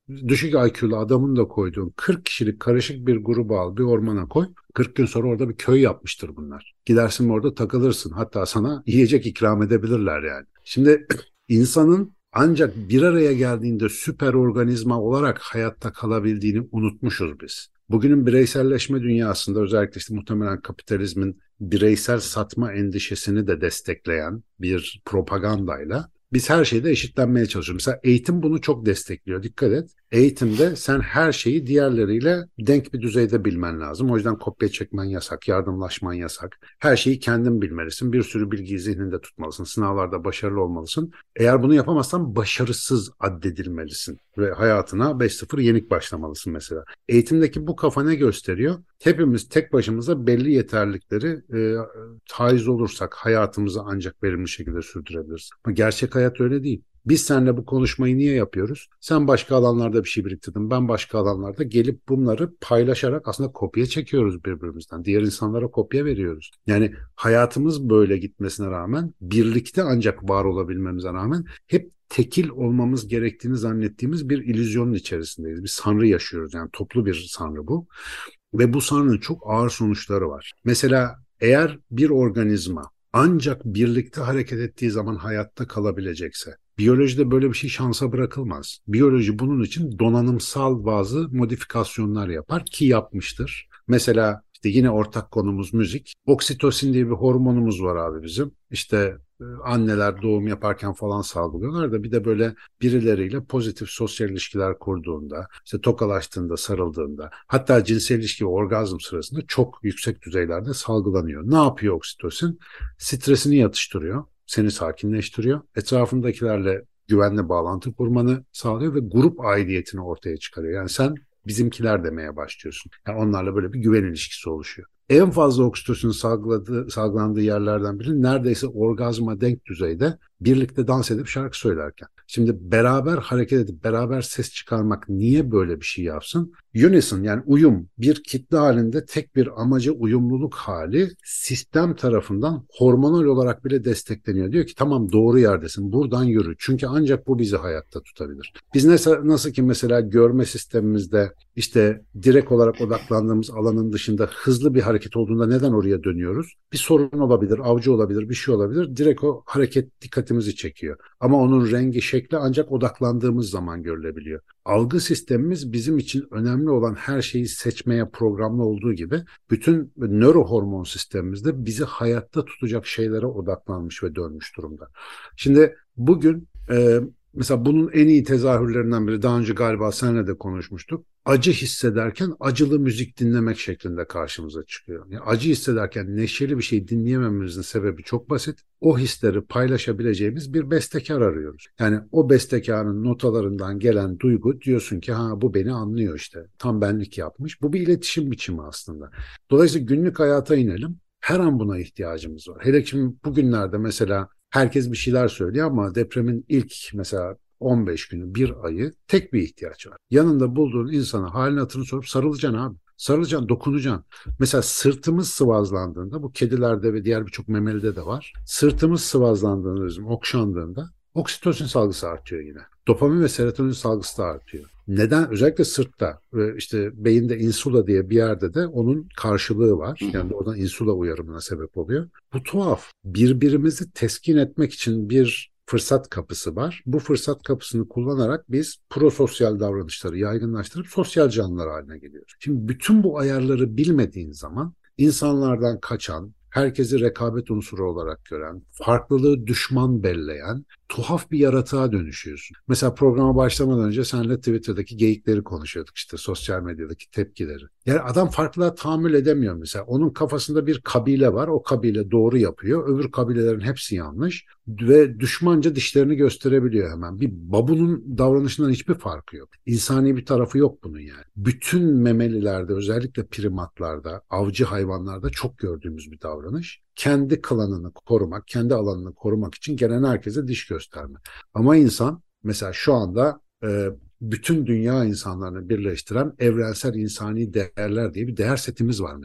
düşük I Q'lu adamın da koyduğun kırk kişilik karışık bir grubu al, bir ormana koy. kırk gün sonra orada bir köy yapmıştır bunlar. Gidersin orada takılırsın. Hatta sana yiyecek ikram edebilirler yani. Şimdi insanın ancak bir araya geldiğinde süper organizma olarak hayatta kalabildiğini unutmuşuz biz. Bugünün bireyselleşme dünyasında özellikle işte muhtemelen kapitalizmin bireysel satma endişesini de destekleyen bir propagandayla biz her şeyde eşitlenmeye çalışıyoruz. Mesela eğitim bunu çok destekliyor. Dikkat et. Eğitimde sen her şeyi diğerleriyle denk bir düzeyde bilmen lazım. O yüzden kopya çekmen yasak, yardımlaşman yasak. Her şeyi kendin bilmelisin. Bir sürü bilgiyi zihninde tutmalısın. Sınavlarda başarılı olmalısın. Eğer bunu yapamazsan başarısız addedilmelisin. Ve hayatına beş sıfır yenik başlamalısın mesela. Eğitimdeki bu kafa ne gösteriyor? Hepimiz tek başımıza belli yeterlilikleri e, haiz olursak hayatımızı ancak verimli şekilde sürdürebiliriz. Ama gerçek hayat öyle değil. Biz seninle bu konuşmayı niye yapıyoruz? Sen başka alanlarda bir şey biriktirdin. Ben başka alanlarda gelip bunları paylaşarak aslında kopya çekiyoruz birbirimizden. Diğer insanlara kopya veriyoruz. Yani hayatımız böyle gitmesine rağmen, birlikte ancak var olabilmemize rağmen hep tekil olmamız gerektiğini zannettiğimiz bir illüzyonun içerisindeyiz. Bir sanrı yaşıyoruz. Yani toplu bir sanrı bu. Ve bu sanrının çok ağır sonuçları var. Mesela eğer bir organizma ancak birlikte hareket ettiği zaman hayatta kalabilecekse, biyolojide böyle bir şey şansa bırakılmaz. Biyoloji bunun için donanımsal bazı modifikasyonlar yapar ki yapmıştır. Mesela işte yine ortak konumuz müzik. Oksitosin diye bir hormonumuz var abi bizim. İşte anneler doğum yaparken falan salgılıyorlar da bir de böyle birileriyle pozitif sosyal ilişkiler kurduğunda, işte tokalaştığında, sarıldığında, hatta cinsel ilişki ve orgazm sırasında çok yüksek düzeylerde salgılanıyor. Ne yapıyor oksitosin? Stresini yatıştırıyor, seni sakinleştiriyor, etrafındakilerle güvenli bağlantı kurmanı sağlıyor ve grup aidiyetini ortaya çıkarıyor. Yani sen bizimkiler demeye başlıyorsun. Yani onlarla böyle bir güven ilişkisi oluşuyor. En fazla oksitosin salgıladığı, salgılandığı yerlerden biri neredeyse orgazma denk düzeyde birlikte dans edip şarkı söylerken. Şimdi beraber hareket edip beraber ses çıkarmak niye böyle bir şey yapsın? Unison yani uyum, bir kitle halinde tek bir amaca uyumluluk hali sistem tarafından hormonal olarak bile destekleniyor. Diyor ki tamam doğru yerdesin, buradan yürü. Çünkü ancak bu bizi hayatta tutabilir. Biz nasıl, nasıl ki mesela görme sistemimizde işte direkt olarak odaklandığımız alanın dışında hızlı bir hareket olduğunda neden oraya dönüyoruz? Bir sorun olabilir, avcı olabilir, bir şey olabilir. Direkt o hareket dikkatimizi çekiyor. Ama onun rengi, şekli ancak odaklandığımız zaman görülebiliyor. Algı sistemimiz bizim için önemli olan her şeyi seçmeye programlı olduğu gibi bütün nörohormon sistemimizde bizi hayatta tutacak şeylere odaklanmış ve dönmüş durumda. Şimdi bugün e, mesela bunun en iyi tezahürlerinden biri, daha önce galiba seninle de konuşmuştuk. Acı hissederken acılı müzik dinlemek şeklinde karşımıza çıkıyor. Yani acı hissederken neşeli bir şey dinleyemememizin sebebi çok basit. O hisleri paylaşabileceğimiz bir bestekar arıyoruz. Yani o bestekarın notalarından gelen duygu, diyorsun ki ha bu beni anlıyor işte. Tam benlik yapmış. Bu bir iletişim biçimi aslında. Dolayısıyla günlük hayata inelim. Her an buna ihtiyacımız var. Hele şimdi bugünlerde mesela herkes bir şeyler söylüyor ama depremin ilk mesela on beş günü, bir ayı tek bir ihtiyaç var. Yanında bulduğun insana halini hatırını sorup sarılacaksın abi. Sarılacaksın, dokunacaksın. Mesela sırtımız sıvazlandığında, bu kedilerde ve diğer birçok memelide de var. Sırtımız sıvazlandığında, bizim okşandığında oksitosin salgısı artıyor yine. Dopamin ve serotonin salgısı da artıyor. Neden? Özellikle sırtta ve işte beyinde insula diye bir yerde de onun karşılığı var. Yani oradan insula uyarımına sebep oluyor. Bu tuhaf. Birbirimizi teskin etmek için bir fırsat kapısı var. Bu fırsat kapısını kullanarak biz prososyal davranışları yaygınlaştırıp sosyal canlılar haline geliyoruz. Şimdi bütün bu ayarları bilmediğin zaman insanlardan kaçan, herkesi rekabet unsuru olarak gören, farklılığı düşman belleyen, tuhaf bir yaratığa dönüşüyorsun. Mesela programa başlamadan önce seninle Twitter'daki geyikleri konuşuyorduk, işte sosyal medyadaki tepkileri. Yani adam farklılığa tahammül edemiyor mesela. Onun kafasında bir kabile var, o kabile doğru yapıyor, öbür kabilelerin hepsi yanlış ve düşmanca dişlerini gösterebiliyor hemen. Bir babunun davranışından hiçbir farkı yok. İnsani bir tarafı yok bunun yani. Bütün memelilerde, özellikle primatlarda, avcı hayvanlarda çok gördüğümüz bir davranış. Kendi klanını korumak, kendi alanını korumak için gelen herkese diş gösterme. Ama insan mesela şu anda e, bütün dünya insanlarını birleştiren evrensel insani değerler diye bir değer setimiz var mesela.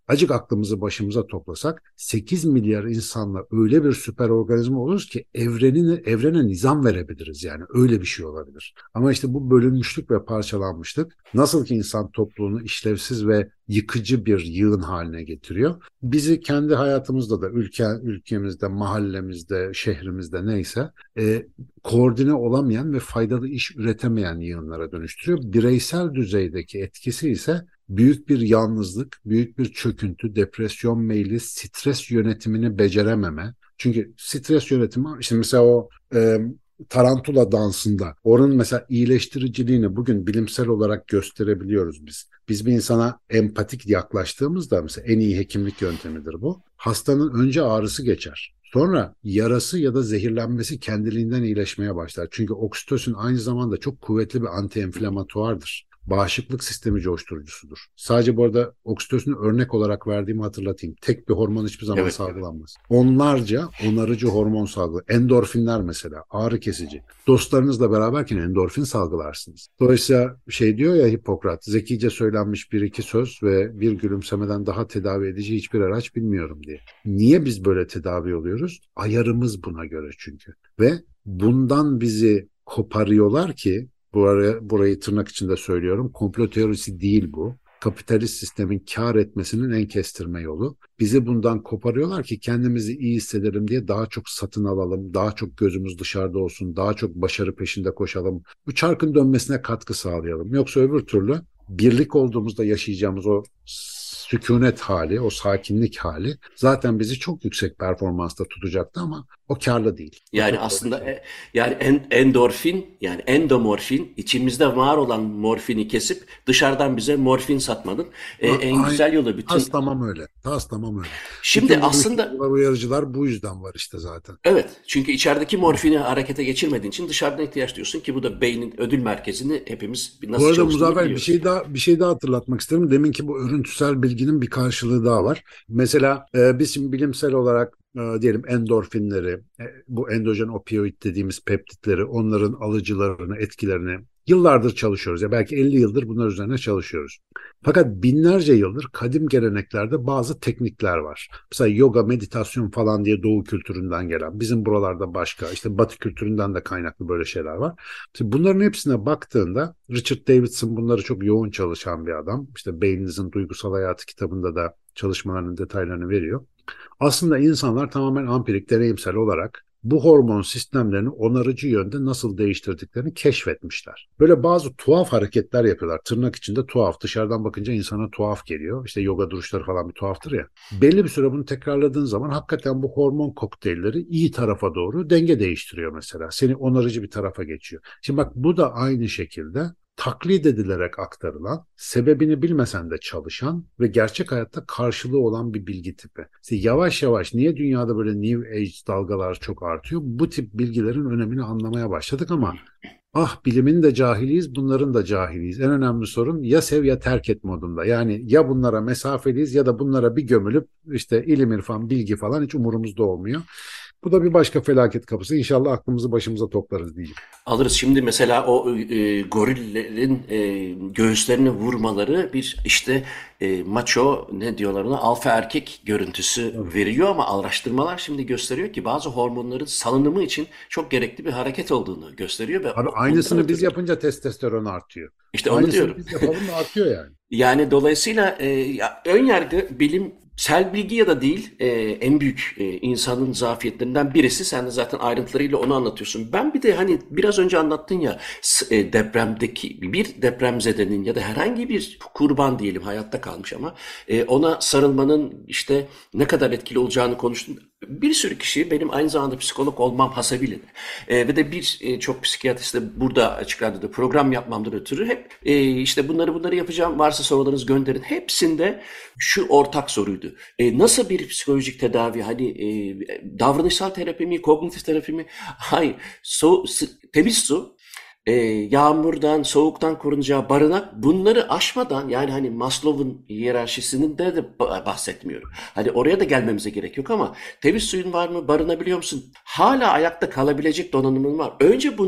Acık aklımızı başımıza toplasak sekiz milyar insanla öyle bir süper organizma oluruz ki evrenine, evrene nizam verebiliriz yani öyle bir şey olabilir. Ama işte bu bölünmüşlük ve parçalanmışlık nasıl ki insan topluluğunu işlevsiz ve yıkıcı bir yığın haline getiriyor. Bizi kendi hayatımızda da ülke, ülkemizde, mahallemizde, şehrimizde neyse e, koordine olamayan ve faydalı iş üretemeyen yığınlara dönüştürüyor. Bireysel düzeydeki etkisi ise büyük bir yalnızlık, büyük bir çöküntü, depresyon meyli, stres yönetimini becerememe. Çünkü stres yönetimi işte mesela o e, tarantula dansında onun mesela iyileştiriciliğini bugün bilimsel olarak gösterebiliyoruz biz. Biz bir insana empatik yaklaştığımızda mesela en iyi hekimlik yöntemidir bu. Hastanın önce ağrısı geçer. Sonra yarası ya da zehirlenmesi kendiliğinden iyileşmeye başlar. Çünkü oksitosin aynı zamanda çok kuvvetli bir anti-enflamatuardır. Bağışıklık sistemi coşturucusudur. Sadece bu arada oksitosini örnek olarak verdiğimi hatırlatayım. Tek bir hormon hiçbir zaman evet, salgılanmaz. Onlarca onarıcı hormon salgılanır. Endorfinler mesela ağrı kesici. Dostlarınızla beraberken endorfin salgılarsınız. Dolayısıyla şey diyor ya Hipokrat, zekice söylenmiş bir iki söz ve bir gülümsemeden daha tedavi edici hiçbir araç bilmiyorum diye. Niye biz böyle tedavi oluyoruz? Ayarımız buna göre çünkü. Ve bundan bizi koparıyorlar ki Buraya, burayı tırnak içinde söylüyorum. Komplo teorisi değil bu. Kapitalist sistemin kar etmesinin en kestirme yolu. Bizi bundan koparıyorlar ki kendimizi iyi hissedelim diye daha çok satın alalım, daha çok gözümüz dışarıda olsun, daha çok başarı peşinde koşalım. Bu çarkın dönmesine katkı sağlayalım. Yoksa öbür türlü birlik olduğumuzda yaşayacağımız o sükunet hali, o sakinlik hali zaten bizi çok yüksek performansta tutacaktı ama o karlı değil. Yani aslında e, yani en, endorfin yani endomorfin içimizde var olan morfini kesip dışarıdan bize morfin satmanın e, en Aynen. güzel yolu. Bütün... Tas tamam öyle. Tas tamam öyle. Şimdi bütün aslında uyarıcılar bu yüzden var işte zaten. Evet. Çünkü içerideki morfini harekete geçirmediğin için dışarıdan ihtiyaç duyuyorsun ki bu da beynin ödül merkezini hepimiz nasıl çalıştığını biliyoruz. Bu arada Muzaffer bir şey daha bir şey daha hatırlatmak isterim. Deminki bu örüntüsel bilginin bir karşılığı daha var. Mesela e, biz şimdi bilimsel olarak e, diyelim endorfinleri, e, bu endojen opioid dediğimiz peptitleri, onların alıcılarını, etkilerini yıllardır çalışıyoruz. Ya belki elli yıldır bunlar üzerine çalışıyoruz. Fakat binlerce yıldır kadim geleneklerde bazı teknikler var. Mesela yoga, meditasyon falan diye Doğu kültüründen gelen, bizim buralarda başka, işte Batı kültüründen de kaynaklı böyle şeyler var. Şimdi bunların hepsine baktığında Richard Davidson bunları çok yoğun çalışan bir adam. İşte Beyninizin Duygusal Hayatı kitabında da çalışmalarının detaylarını veriyor. Aslında insanlar tamamen ampirik, deneyimsel olarak bu hormon sistemlerini onarıcı yönde nasıl değiştirdiklerini keşfetmişler. Böyle bazı tuhaf hareketler yapıyorlar. Tırnak içinde tuhaf. Dışarıdan bakınca insana tuhaf geliyor. İşte yoga duruşları falan bir tuhaftır ya. Belli bir süre bunu tekrarladığın zaman hakikaten bu hormon kokteylleri iyi tarafa doğru denge değiştiriyor mesela. Seni onarıcı bir tarafa geçiyor. Şimdi bak bu da aynı şekilde taklit edilerek aktarılan, sebebini bilmesen de çalışan ve gerçek hayatta karşılığı olan bir bilgi tipi. İşte yavaş yavaş niye dünyada böyle New Age dalgalar çok artıyor? Bu tip bilgilerin önemini anlamaya başladık ama ah bilimin de cahiliyiz, bunların da cahiliyiz. En önemli sorun ya sev ya terk et modunda. Yani ya bunlara mesafeliyiz ya da bunlara bir gömülüp işte ilim, irfan, bilgi falan hiç umurumuzda olmuyor. Bu da bir başka felaket kapısı. İnşallah aklımızı başımıza toplarız diyeyim. Alırız. Şimdi mesela o e, gorillerin e, göğüslerini vurmaları bir işte e, macho ne diyorlar ona alfa erkek görüntüsü evet. veriyor ama araştırmalar şimdi gösteriyor ki bazı hormonların salınımı için çok gerekli bir hareket olduğunu gösteriyor. Ve Abi aynısını biz yapınca testosteron artıyor. İşte aynısını onu diyorum. Biz yapalım da artıyor yani. Yani dolayısıyla e, ya, ön yargı bilim Sel bilgi ya da değil e, en büyük e, insanın zafiyetlerinden birisi. Sen de zaten ayrıntılarıyla onu anlatıyorsun. Ben bir de hani biraz önce anlattın ya e, depremdeki bir depremzedenin ya da herhangi bir kurban diyelim hayatta kalmış ama e, ona sarılmanın işte ne kadar etkili olacağını konuştun. Bir sürü kişi benim aynı zamanda psikolog olmam hasebiyle de e, ve de bir e, çok psikiyatristle burada açık radyoda program yapmamdan ötürü hep e, işte bunları bunları yapacağım varsa sorularınızı gönderin. Hepsinde şu ortak soruydu. E, nasıl bir psikolojik tedavi? Hani e, davranışsal terapi mi, kognitif terapi mi? Hayır. So, temiz su, e, yağmurdan, soğuktan korunacağı barınak bunları aşmadan yani hani Maslow'un hiyerarşisinin de, de bahsetmiyorum. Hani oraya da gelmemize gerek yok ama temiz suyun var mı? Barınabiliyor musun? Hala ayakta kalabilecek donanımın var. Önce bunu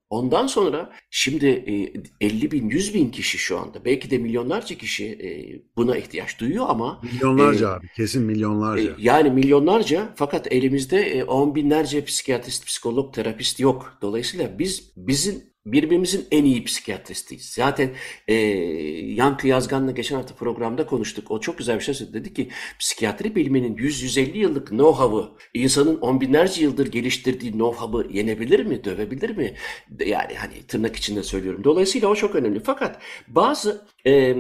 Ondan sonra şimdi elli bin, yüz bin kişi şu anda, belki de milyonlarca kişi buna ihtiyaç duyuyor ama Milyonlarca abi, kesin milyonlarca. yani milyonlarca, fakat elimizde on binlerce psikiyatrist, psikolog, terapist yok. Dolayısıyla biz bizim birbirimizin en iyi psikiyatristiyiz. Zaten e, Yankı Yazgan'la geçen hafta programda konuştuk. O çok güzel bir şey söyledi. Dedi ki psikiyatri biliminin yüz yüz elli yıllık know-how'ı, insanın on binlerce yıldır geliştirdiği know-how'ı yenebilir mi, dövebilir mi? Yani hani tırnak içinde söylüyorum. Dolayısıyla o çok önemli. Fakat bazı e,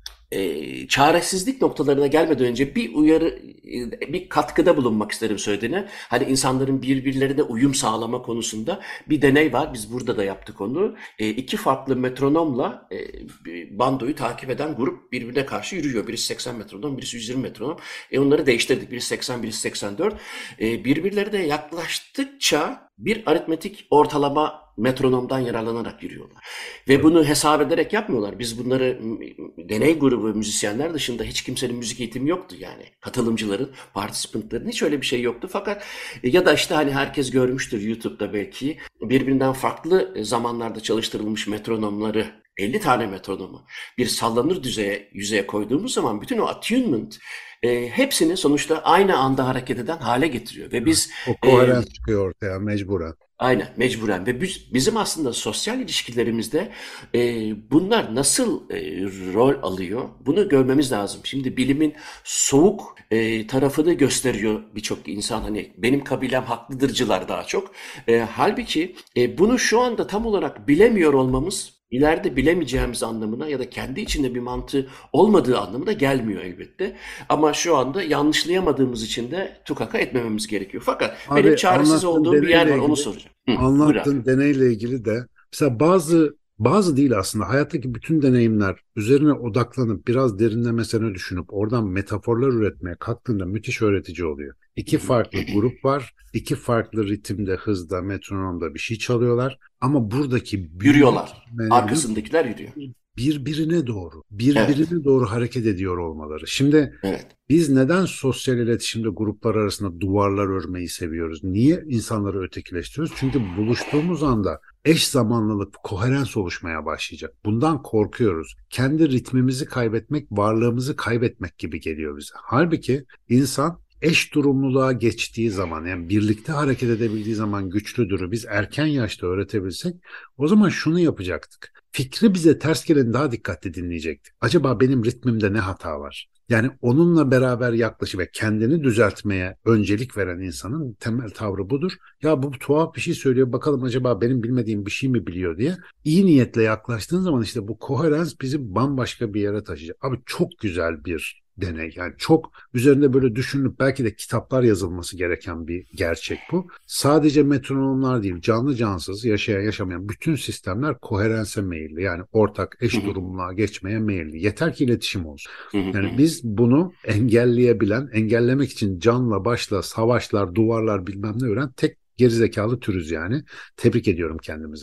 e, çaresizlik noktalarına gelmeden önce bir uyarı, bir katkıda bulunmak isterim söylediğine. Hani insanların birbirlerine uyum sağlama konusunda bir deney var. Biz burada da yaptık onu. E, iki farklı metronomla e, bandoyu takip eden grup birbirine karşı yürüyor. Birisi seksen metronom, birisi yüz yirmi metronom. E, onları değiştirdik. Birisi seksen, birisi seksen dört. E, birbirlerine yaklaştıkça bir aritmetik ortalama metronomdan yararlanarak yürüyorlar. Ve bunu hesap ederek yapmıyorlar. Biz bunları, deney grubu müzisyenler dışında hiç kimsenin müzik eğitimi yoktu yani. Katılımcıların, participantların hiç öyle bir şey yoktu. Fakat ya da işte hani herkes görmüştür YouTube'da belki, birbirinden farklı zamanlarda çalıştırılmış metronomları, elli tane metronomu bir sallanır düzeye, yüzeye koyduğumuz zaman bütün o attunement e, hepsini sonuçta aynı anda hareket eden hale getiriyor. Ve biz o koherans e, çıkıyor ortaya mecburen. Aynen, mecburen. Ve biz, bizim aslında sosyal ilişkilerimizde e, bunlar nasıl e, rol alıyor, bunu görmemiz lazım. Şimdi bilimin soğuk e, tarafını gösteriyor birçok insan. Hani benim kabilem haklıdırcılar daha çok. E, halbuki e, bunu şu anda tam olarak bilemiyor olmamız, ileride bilemeyeceğimiz anlamına ya da kendi içinde bir mantığı olmadığı anlamına gelmiyor elbette. Ama şu anda yanlışlayamadığımız için de tukaka etmememiz gerekiyor. Fakat Abi, benim çaresiz olduğum bir yer var, ilgili, onu soracağım. Hı, anlattığın deneyle ilgili de mesela bazı bazı değil aslında hayattaki bütün deneyimler üzerine odaklanıp biraz derinlemesine düşünüp oradan metaforlar üretmeye kalktığında müthiş öğretici oluyor. İki farklı grup var. İki farklı ritimde, hızda, metronomda bir şey çalıyorlar. Ama buradaki yürüyorlar. büyük Arkasındakiler yürüyor. birbirine doğru, birbirine Evet. doğru hareket ediyor olmaları. Şimdi Evet. biz neden sosyal iletişimde gruplar arasında duvarlar örmeyi seviyoruz? Niye insanları ötekileştiriyoruz? Çünkü buluştuğumuz anda eş zamanlılık, koherens oluşmaya başlayacak. Bundan korkuyoruz. Kendi ritmimizi kaybetmek, varlığımızı kaybetmek gibi geliyor bize. Halbuki insan eş durumluluğa geçtiği zaman, yani birlikte hareket edebildiği zaman güçlüdür. Biz erken yaşta öğretebilsek o zaman şunu yapacaktık. Fikri bize ters geleni daha dikkatli dinleyecektik. Acaba benim ritmimde ne hata var? Yani onunla beraber yaklaşıp ve kendini düzeltmeye öncelik veren insanın temel tavrı budur. Ya bu tuhaf bir şey söylüyor, bakalım acaba benim bilmediğim bir şey mi biliyor diye. İyi niyetle yaklaştığın zaman işte bu koherans bizi bambaşka bir yere taşıyacak. Abi çok güzel bir deney. Yani çok üzerinde böyle düşünülüp belki de kitaplar yazılması gereken bir gerçek bu. Sadece metronomlar değil, canlı cansız, yaşayan yaşamayan bütün sistemler koherense meyilli. Yani ortak eş durumluğa geçmeye meyilli. Yeter ki iletişim olsun. Yani biz bunu engelleyebilen, engellemek için canla başla savaşlar, duvarlar bilmem ne öğren tek gerizekalı türüz yani. Tebrik ediyorum kendimizi.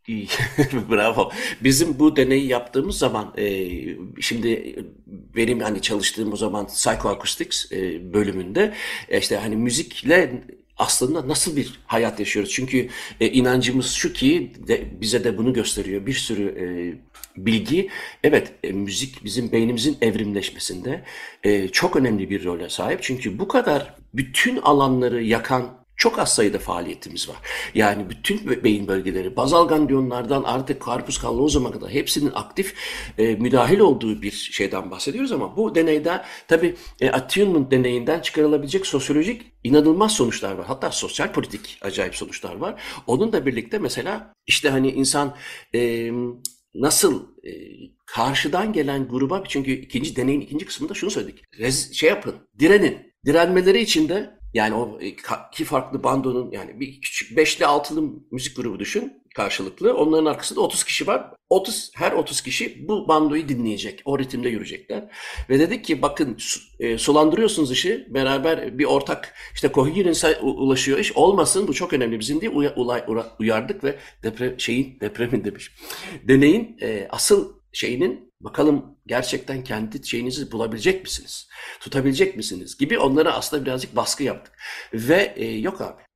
Bravo. Bizim bu deneyi yaptığımız zaman e, şimdi benim hani çalıştığım o zaman Psychoacoustics e, bölümünde e, işte hani müzikle aslında nasıl bir hayat yaşıyoruz? Çünkü e, inancımız şu ki de, bize de bunu gösteriyor bir sürü e, bilgi. Evet, e, müzik bizim beynimizin evrimleşmesinde e, çok önemli bir role sahip. Çünkü bu kadar bütün alanları yakan çok az sayıda faaliyetimiz var. Yani bütün beyin bölgeleri, bazal ganglionlardan artık korpus callosum'a kadar hepsinin aktif e, müdahil olduğu bir şeyden bahsediyoruz ama bu deneyde tabii e, attunement deneyinden çıkarılabilecek sosyolojik inanılmaz sonuçlar var. Hatta sosyal politik acayip sonuçlar var. Onunla birlikte mesela işte hani insan e, nasıl e, karşıdan gelen gruba, çünkü ikinci deneyin ikinci kısmında şunu söyledik. Rez, şey yapın, direnin. Direnmeleri için de yani o iki farklı bandonun, yani bir küçük beşli altılı müzik grubu düşün karşılıklı. Onların arkasında otuz kişi var. otuz her otuz kişi bu bandoyu dinleyecek. O ritimde yürüyecekler. Ve dedik ki bakın e, sulandırıyorsunuz işi. Beraber bir ortak işte coherence'e ulaşıyor iş. Olmasın, bu çok önemli bizim diye uya, ulay, uyardık ve deprem şeyin depremin demiş. Deneyin e, asıl şeyinin, bakalım gerçekten kendi şeyinizi bulabilecek misiniz? Tutabilecek misiniz? Gibi onlara aslında birazcık baskı yaptık. Ve e, yok abi.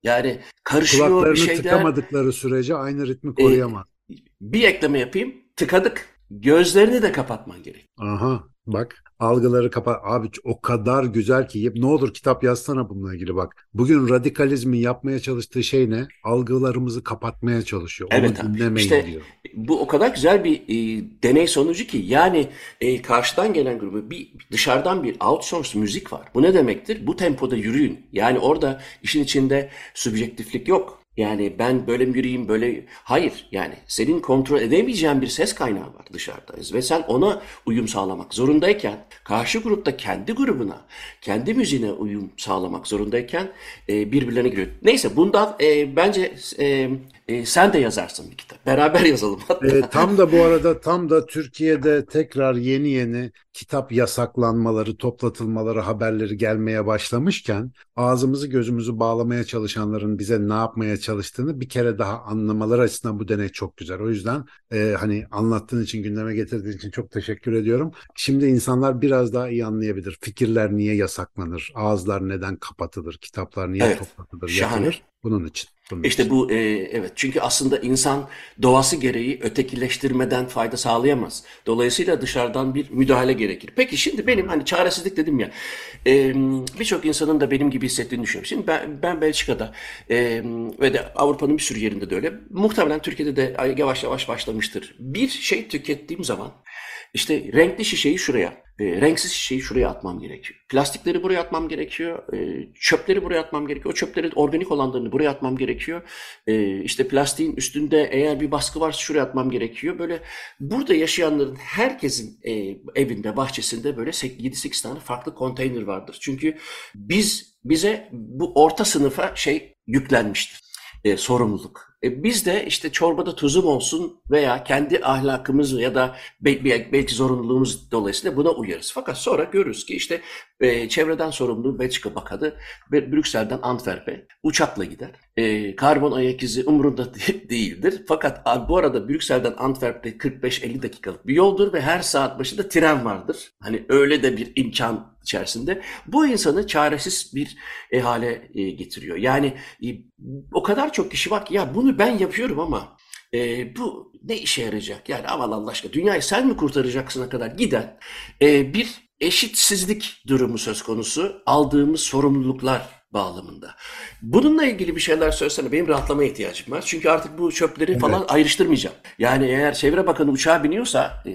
Yani karışıyor bir Kulaklarını şeyler. tıkamadıkları sürece aynı ritmi E, koruyamaz. bir ekleme yapayım. Tıkadık. Gözlerini de kapatman gerek. Aha bak, algıları kapat. Abi o kadar güzel ki, ne olur kitap yazsana bununla ilgili bak. Bugün radikalizmin yapmaya çalıştığı şey ne? Algılarımızı kapatmaya çalışıyor. Onu Evet abi. dinlemeyin İşte diyor. bu o kadar güzel bir e, deney sonucu ki yani e, karşıdan gelen grubu bir dışarıdan bir outsource müzik var. Bu ne demektir? Bu tempoda yürüyün. Yani orada işin içinde subjektiflik yok. Yani ben böyle mi yürüyeyim böyle... Hayır yani senin kontrol edemeyeceğin bir ses kaynağı var dışarıdayız. Ve sen ona uyum sağlamak zorundayken karşı grupta kendi grubuna, kendi müziğine uyum sağlamak zorundayken e, birbirlerine giriyor. Neyse bundan e, bence e, e, sen de yazarsın bir kitap. Beraber yazalım hatta. E, tam da bu arada tam da Türkiye'de tekrar yeni yeni kitap yasaklanmaları, toplatılmaları haberleri gelmeye başlamışken ağzımızı gözümüzü bağlamaya çalışanların bize ne yapmaya çalıştığını bir kere daha anlamaları açısından bu deney çok güzel. O yüzden e, hani anlattığın için, gündeme getirdiğin için çok teşekkür ediyorum. Şimdi insanlar biraz daha iyi anlayabilir. Fikirler niye yasaklanır? Ağızlar neden kapatılır? Kitaplar niye Evet, toplatılır, şahane. yakılır? Bunun için. Bunun İşte için. bu e, evet çünkü aslında insan doğası gereği ötekileştirmeden fayda sağlayamaz. Dolayısıyla dışarıdan bir müdahale gerekir. Peki şimdi benim hani çaresizlik dedim ya e, birçok insanın da benim gibi hissettiğini düşünüyorum. Şimdi ben, ben Belçika'da e, ve de Avrupa'nın bir sürü yerinde de öyle. Muhtemelen Türkiye'de de yavaş yavaş başlamıştır. Bir şey tükettiğim zaman işte renkli şişeyi şuraya, e, renksiz şişeyi şuraya atmam gerekiyor. Plastikleri buraya atmam gerekiyor. E, çöpleri buraya atmam gerekiyor. O çöpleri organik olanlarını buraya atmam gerekiyor. E, işte plastiğin üstünde eğer bir baskı varsa şuraya atmam gerekiyor. Böyle burada yaşayanların herkesin e, evinde, bahçesinde böyle yedi sekiz tane farklı konteyner vardır. Çünkü biz bize bu orta sınıfa şey yüklenmiştir. E, sorumluluk. E, biz de işte çorbada tuzum olsun veya kendi ahlakımız ya da belki, belki zorunluluğumuz dolayısıyla buna uyarız. Fakat sonra görürüz ki işte e, çevreden sorumlu Belçika Bakanı Brüksel'den Antwerp'e uçakla gider. E, karbon ayak izi umurunda değildir. Fakat bu arada Brüksel'den Antwerp'te kırk beş elli dakikalık bir yoldur ve her saat başında tren vardır. Hani öyle de bir imkan içerisinde. Bu insanı çaresiz bir e, hale e, getiriyor. Yani e, o kadar çok kişi var ki ya bunu ben yapıyorum ama e, bu ne işe yarayacak? Yani aman Allah aşkına dünyayı sen mi kurtaracaksına kadar giden e, bir eşitsizlik durumu söz konusu aldığımız sorumluluklar bağlamında. Bununla ilgili bir şeyler söylesene. Benim rahatlamaya ihtiyacım var. Çünkü artık bu çöpleri Evet. falan ayrıştırmayacağım. Yani eğer Çevre Bakanı uçağa biniyorsa e,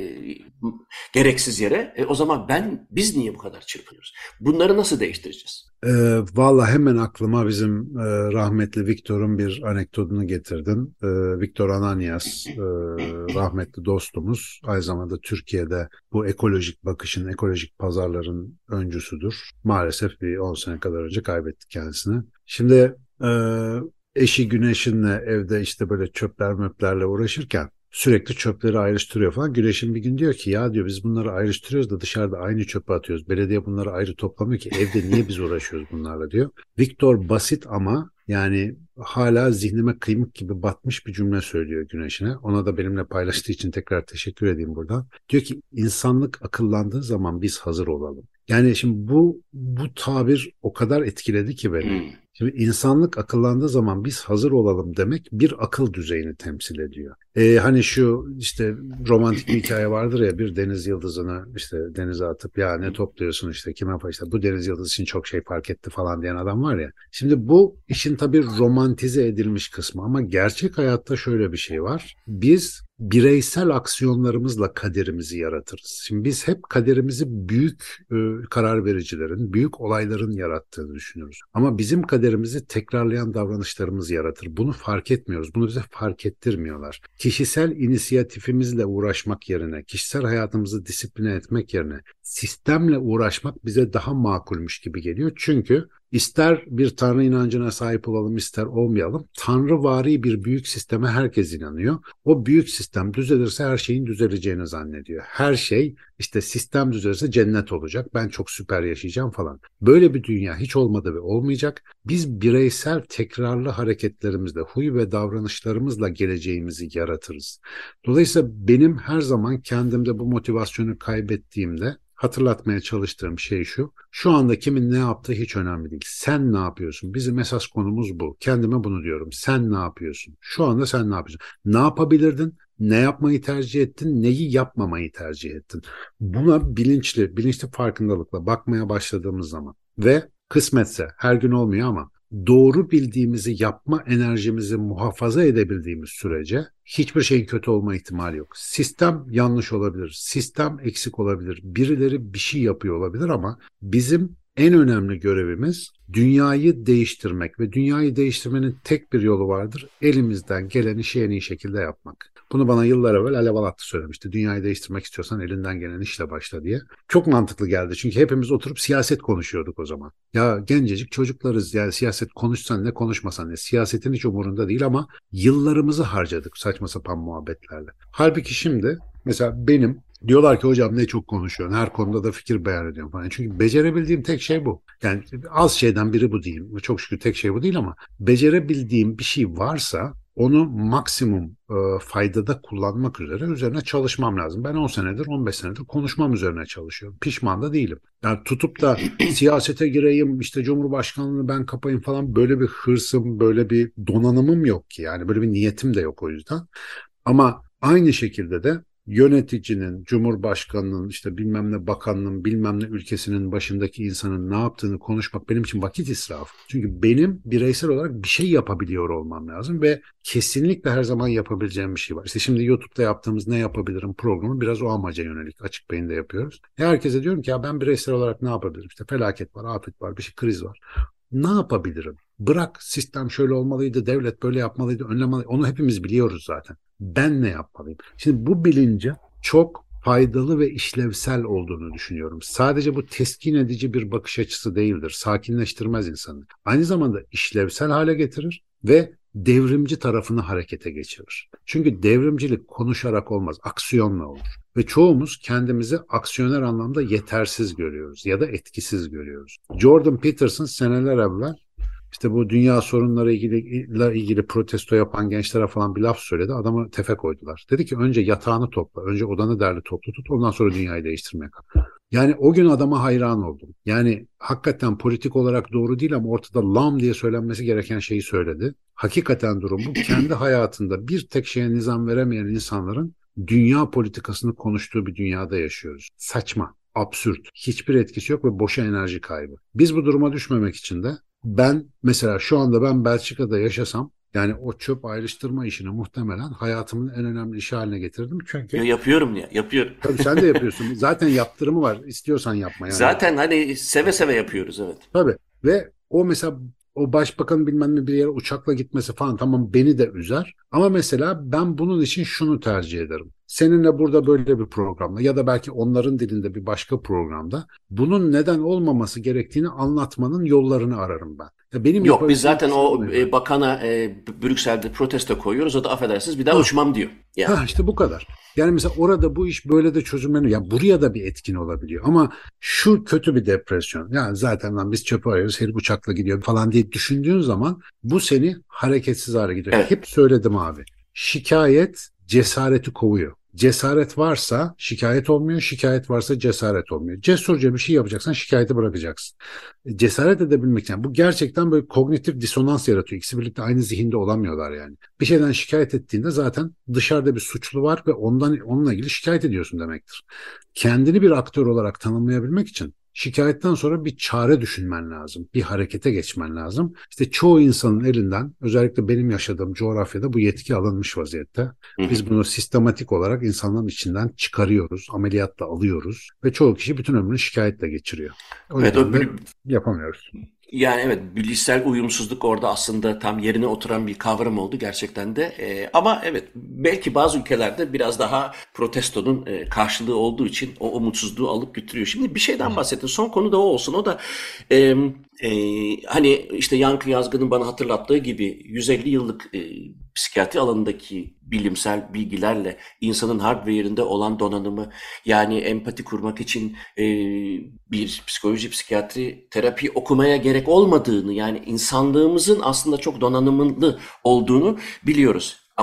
gereksiz yere e, o zaman ben biz niye bu kadar çırpınıyoruz? Bunları nasıl değiştireceğiz? E, Valla hemen aklıma bizim e, rahmetli Viktor'un bir anekdotunu getirdin. E, Viktor Ananias, e, rahmetli dostumuz. Aynı zamanda Türkiye'de bu ekolojik bakışın, ekolojik pazarların öncüsüdür. Maalesef bir on sene kadar önce kaybettik kendisini. Şimdi e, eşi Güneş'inle evde işte böyle çöpler möplerle uğraşırken sürekli çöpleri ayrıştırıyor falan. Güneş'in bir gün diyor ki ya diyor biz bunları ayrıştırıyoruz da dışarıda aynı çöpe atıyoruz. Belediye bunları ayrı toplamıyor ki, evde niye biz uğraşıyoruz bunlarla diyor. Viktor basit ama yani hala zihnime kıymık gibi batmış bir cümle söylüyor Güneş'ine. Ona da benimle paylaştığı için tekrar teşekkür edeyim buradan. Diyor ki insanlık akıllandığı zaman biz hazır olalım. Yani şimdi bu bu tabir o kadar etkiledi ki beni. Hmm. Şimdi insanlık akıllandığı zaman biz hazır olalım demek bir akıl düzeyini temsil ediyor. Ee, hani şu işte romantik bir hikaye vardır ya, bir deniz yıldızını işte denize atıp ya ne topluyorsun işte kime işte bu deniz yıldızı için çok şey fark etti falan diyen adam var ya. Şimdi bu işin tabii romantize edilmiş kısmı ama gerçek hayatta şöyle bir şey var. Biz bireysel aksiyonlarımızla kaderimizi yaratırız. Şimdi biz hep kaderimizi büyük e, karar vericilerin, büyük olayların yarattığını düşünüyoruz. Ama bizim kaderimizi tekrarlayan davranışlarımız yaratır. Bunu fark etmiyoruz. Bunu bize fark ettirmiyorlar. Kişisel inisiyatifimizle uğraşmak yerine, kişisel hayatımızı disipline etmek yerine sistemle uğraşmak bize daha makulmüş gibi geliyor. Çünkü İster bir tanrı inancına sahip olalım, ister olmayalım, tanrıvari bir büyük sisteme herkes inanıyor. O büyük sistem düzelirse her şeyin düzeleceğini zannediyor. Her şey işte sistem düzelirse cennet olacak, ben çok süper yaşayacağım falan. Böyle bir dünya hiç olmadı ve olmayacak. Biz bireysel tekrarlı hareketlerimizle, huy ve davranışlarımızla geleceğimizi yaratırız. Dolayısıyla benim her zaman kendimde bu motivasyonu kaybettiğimde hatırlatmaya çalıştığım şey şu. Şu anda kimin ne yaptığı hiç önemli değil. Sen ne yapıyorsun? Bizim esas konumuz bu. Kendime bunu diyorum. Sen ne yapıyorsun? Şu anda sen ne yapıyorsun? Ne yapabilirdin? Ne yapmayı tercih ettin? Neyi yapmamayı tercih ettin? Buna bilinçli, bilinçli farkındalıkla bakmaya başladığımız zaman ve kısmetse her gün olmuyor ama doğru bildiğimizi yapma enerjimizi muhafaza edebildiğimiz sürece hiçbir şeyin kötü olma ihtimali yok. Sistem yanlış olabilir, sistem eksik olabilir, birileri bir şey yapıyor olabilir ama bizim en önemli görevimiz dünyayı değiştirmek ve dünyayı değiştirmenin tek bir yolu vardır. Elimizden gelen işi en iyi şekilde yapmak. Bunu bana yıllar evvel Alev Alatlı söylemişti. Dünyayı değiştirmek istiyorsan elinden gelen işle başla diye. Çok mantıklı geldi çünkü hepimiz oturup siyaset konuşuyorduk o zaman. Ya gencecik çocuklarız yani siyaset konuşsan ne konuşmasan ne. Siyasetin hiç umurunda değil ama yıllarımızı harcadık saçma sapan muhabbetlerle. Halbuki şimdi mesela benim diyorlar ki hocam ne çok konuşuyorsun. Her konuda da fikir beyan ediyorum falan. Çünkü becerebildiğim tek şey bu. Yani az şeyden biri bu diyeyim. Çok şükür tek şey bu değil ama becerebildiğim bir şey varsa onu maksimum e, faydada kullanmak üzere üzerine çalışmam lazım. Ben on senedir, on beş senedir konuşmam üzerine çalışıyorum. Pişman da değilim. Yani tutup da siyasete gireyim, işte Cumhurbaşkanlığını ben kapayım falan böyle bir hırsım, böyle bir donanımım yok ki. Yani böyle bir niyetim de yok o yüzden. Ama aynı şekilde de yöneticinin, cumhurbaşkanının, işte bilmem ne bakanının, bilmem ne ülkesinin başındaki insanın ne yaptığını konuşmak benim için vakit israfı. Çünkü benim bireysel olarak bir şey yapabiliyor olmam lazım ve kesinlikle her zaman yapabileceğim bir şey var. İşte şimdi YouTube'da yaptığımız Ne Yapabilirim programı biraz o amaca yönelik açık beyinde yapıyoruz. Herkese diyorum ki ya ben bireysel olarak ne yapabilirim? İşte felaket var, afet var, bir şey kriz var. Ne yapabilirim? Bırak sistem şöyle olmalıydı, devlet böyle yapmalıydı, önlem almalıydı. Onu hepimiz biliyoruz zaten. Ben ne yapmalıyım? Şimdi bu bilince çok faydalı ve işlevsel olduğunu düşünüyorum. Sadece bu teskin edici bir bakış açısı değildir. Sakinleştirmez insanı. Aynı zamanda işlevsel hale getirir ve devrimci tarafını harekete geçirir. Çünkü devrimcilik konuşarak olmaz, aksiyonla olur. Ve çoğumuz kendimizi aksiyoner anlamda yetersiz görüyoruz ya da etkisiz görüyoruz. Jordan Peterson seneler evvel işte bu dünya sorunları ilgili, ile ilgili protesto yapan gençlere falan bir laf söyledi. Adamı tefe koydular. Dedi ki önce yatağını topla, önce odanı derli toplu tut, ondan sonra dünyayı değiştirmeye kalk. Yani o gün adama hayran oldum. Yani hakikaten politik olarak doğru değil ama ortada lam diye söylenmesi gereken şeyi söyledi. Hakikaten durum bu. Kendi hayatında bir tek şeye nizam veremeyen insanların dünya politikasını konuştuğu bir dünyada yaşıyoruz. Saçma, absürt, hiçbir etkisi yok ve boşa enerji kaybı. Biz bu duruma düşmemek için de ben mesela şu anda ben Belçika'da yaşasam yani o çöp ayrıştırma işini muhtemelen hayatımın en önemli işi haline getirdim. Çünkü Ya yapıyorum ya, yapıyorum. tabii sen de yapıyorsun. Zaten yaptırımı var. İstiyorsan yapma yani. Zaten hani seve seve yapıyoruz, evet. Tabii ve o mesela o başbakanın bilmem ne bir yere uçakla gitmesi falan tamam beni de üzer. Ama mesela ben bunun için şunu tercih ederim. Seninle burada böyle bir programda ya da belki onların dilinde bir başka programda bunun neden olmaması gerektiğini anlatmanın yollarını ararım ben. Ya benim Yok, biz zaten yapabileceğim o şey bu. e, bakana e, Brüksel'de protesto koyuyoruz. O da affedersiniz bir daha Ha. uçmam diyor. Yani. Ha işte bu kadar. Yani mesela orada bu iş böyle de çözümleniyor. Ya buraya da bir etkin olabiliyor. Ama şu kötü bir depresyon. Yani zaten lan biz çöpe arıyoruz, herif uçakla gidiyor falan diye düşündüğün zaman bu seni hareketsiz hale getiriyor. Evet. Hep söyledim abi. Şikayet cesareti kovuyor. Cesaret varsa şikayet olmuyor, şikayet varsa cesaret olmuyor. Cesurca bir şey yapacaksan şikayeti bırakacaksın. Cesaret edebilmek için. Yani bu gerçekten böyle kognitif disonans yaratıyor. İkisi birlikte aynı zihinde olamıyorlar yani. Bir şeyden şikayet ettiğinde zaten dışarıda bir suçlu var ve ondan onunla ilgili şikayet ediyorsun demektir. Kendini bir aktör olarak tanımlayabilmek için şikayetten sonra bir çare düşünmen lazım. Bir harekete geçmen lazım. İşte çoğu insanın elinden, özellikle benim yaşadığım coğrafyada bu yetki alınmış vaziyette. Biz bunu sistematik olarak insanların içinden çıkarıyoruz, ameliyatla alıyoruz ve çoğu kişi bütün ömrünü şikayetle geçiriyor. O Evet, yüzden o de bil- yapamıyoruz. Yani evet, bilişsel uyumsuzluk orada aslında tam yerine oturan bir kavram oldu gerçekten de. Ee, ama evet, belki bazı ülkelerde biraz daha protestonun e, karşılığı olduğu için o umutsuzluğu alıp götürüyor. Şimdi bir şeyden bahsettin. Son konu da o olsun. O da e, e, hani işte Yankı Yazgan'ın bana hatırlattığı gibi yüz elli yıllık e, psikiyatri alanındaki bilimsel bilgilerle insanın hardware'inde olan donanımı, yani empati kurmak için e, bir psikoloji, psikiyatri, terapi okumaya gerek olmadığını, yani insanlığımızın aslında çok donanımlı olduğunu biliyoruz. Ama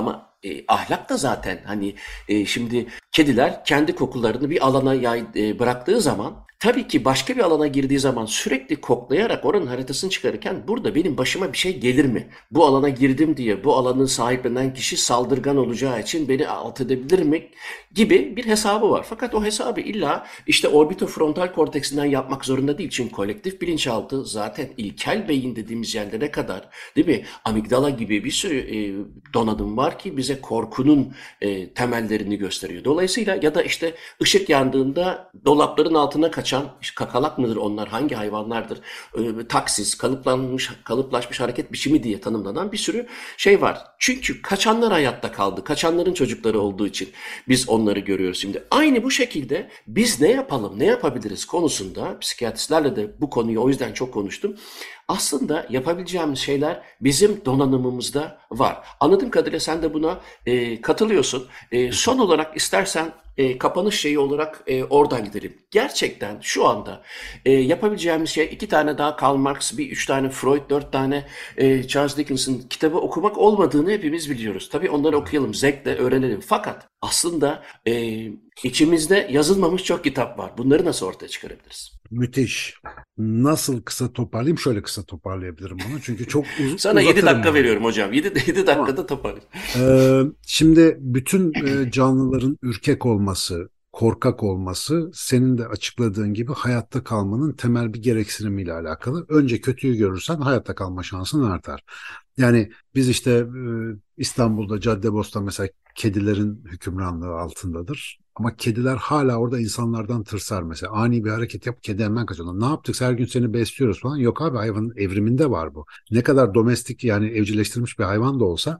E, ahlak da zaten hani e, şimdi kediler kendi kokularını bir alana yay, e, bıraktığı zaman tabii ki başka bir alana girdiği zaman sürekli koklayarak oranın haritasını çıkarırken burada benim başıma bir şey gelir mi? Bu alana girdim diye bu alanın sahiplenen kişi saldırgan olacağı için beni alt edebilir mi? Gibi bir hesabı var. Fakat o hesabı illa işte orbitofrontal korteksinden yapmak zorunda değil. Çünkü kolektif bilinçaltı zaten ilkel beyin dediğimiz yerlere kadar, değil mi? Amigdala gibi bir sürü e, donanım var ki bize korkunun e, temellerini gösteriyor. Dolayısıyla ya da işte ışık yandığında dolapların altına kaçan işte kakalak mıdır onlar, hangi hayvanlardır? E, taksis, kalıplanmış, kalıplaşmış hareket biçimi diye tanımlanan bir sürü şey var. Çünkü kaçanlar hayatta kaldı. Kaçanların çocukları olduğu için biz onları görüyoruz şimdi. Aynı bu şekilde biz ne yapalım, ne yapabiliriz konusunda psikiyatristlerle de bu konuyu o yüzden çok konuştum. Aslında yapabileceğimiz şeyler bizim donanımımızda var. Anladığım kadarıyla sen de buna e, katılıyorsun. E, son olarak istersen e, kapanış şeyi olarak e, oradan gidelim. Gerçekten şu anda e, yapabileceğimiz şey iki tane daha Karl Marx, bir üç tane Freud, dört tane e, Charles Dickens'ın kitabı okumak olmadığını hepimiz biliyoruz. Tabii onları okuyalım, zevkle öğrenelim. Fakat aslında e, içimizde yazılmamış çok kitap var. Bunları nasıl ortaya çıkarabiliriz? Müthiş. Nasıl kısa toparlayayım? Şöyle kısa toparlayabilirim bunu. Çünkü çok uz- Sana yedi dakika bunu. veriyorum hocam. yedi dakikada toparlayayım. Ee, şimdi bütün e, canlıların ürkek olması, korkak olması senin de açıkladığın gibi hayatta kalmanın temel bir gereksinimiyle alakalı. Önce kötüyü görürsen hayatta kalma şansın artar. Yani biz işte e, İstanbul'da Caddebostan mesela kedilerin hükümranlığı altındadır. Ama kediler hala orada insanlardan tırsar mesela. Ani bir hareket yap, kedi hemen kaçıyor. Ne yaptık? Her gün seni besliyoruz falan. Yok abi, hayvanın evriminde var bu. Ne kadar domestik, yani evcilleştirilmiş bir hayvan da olsa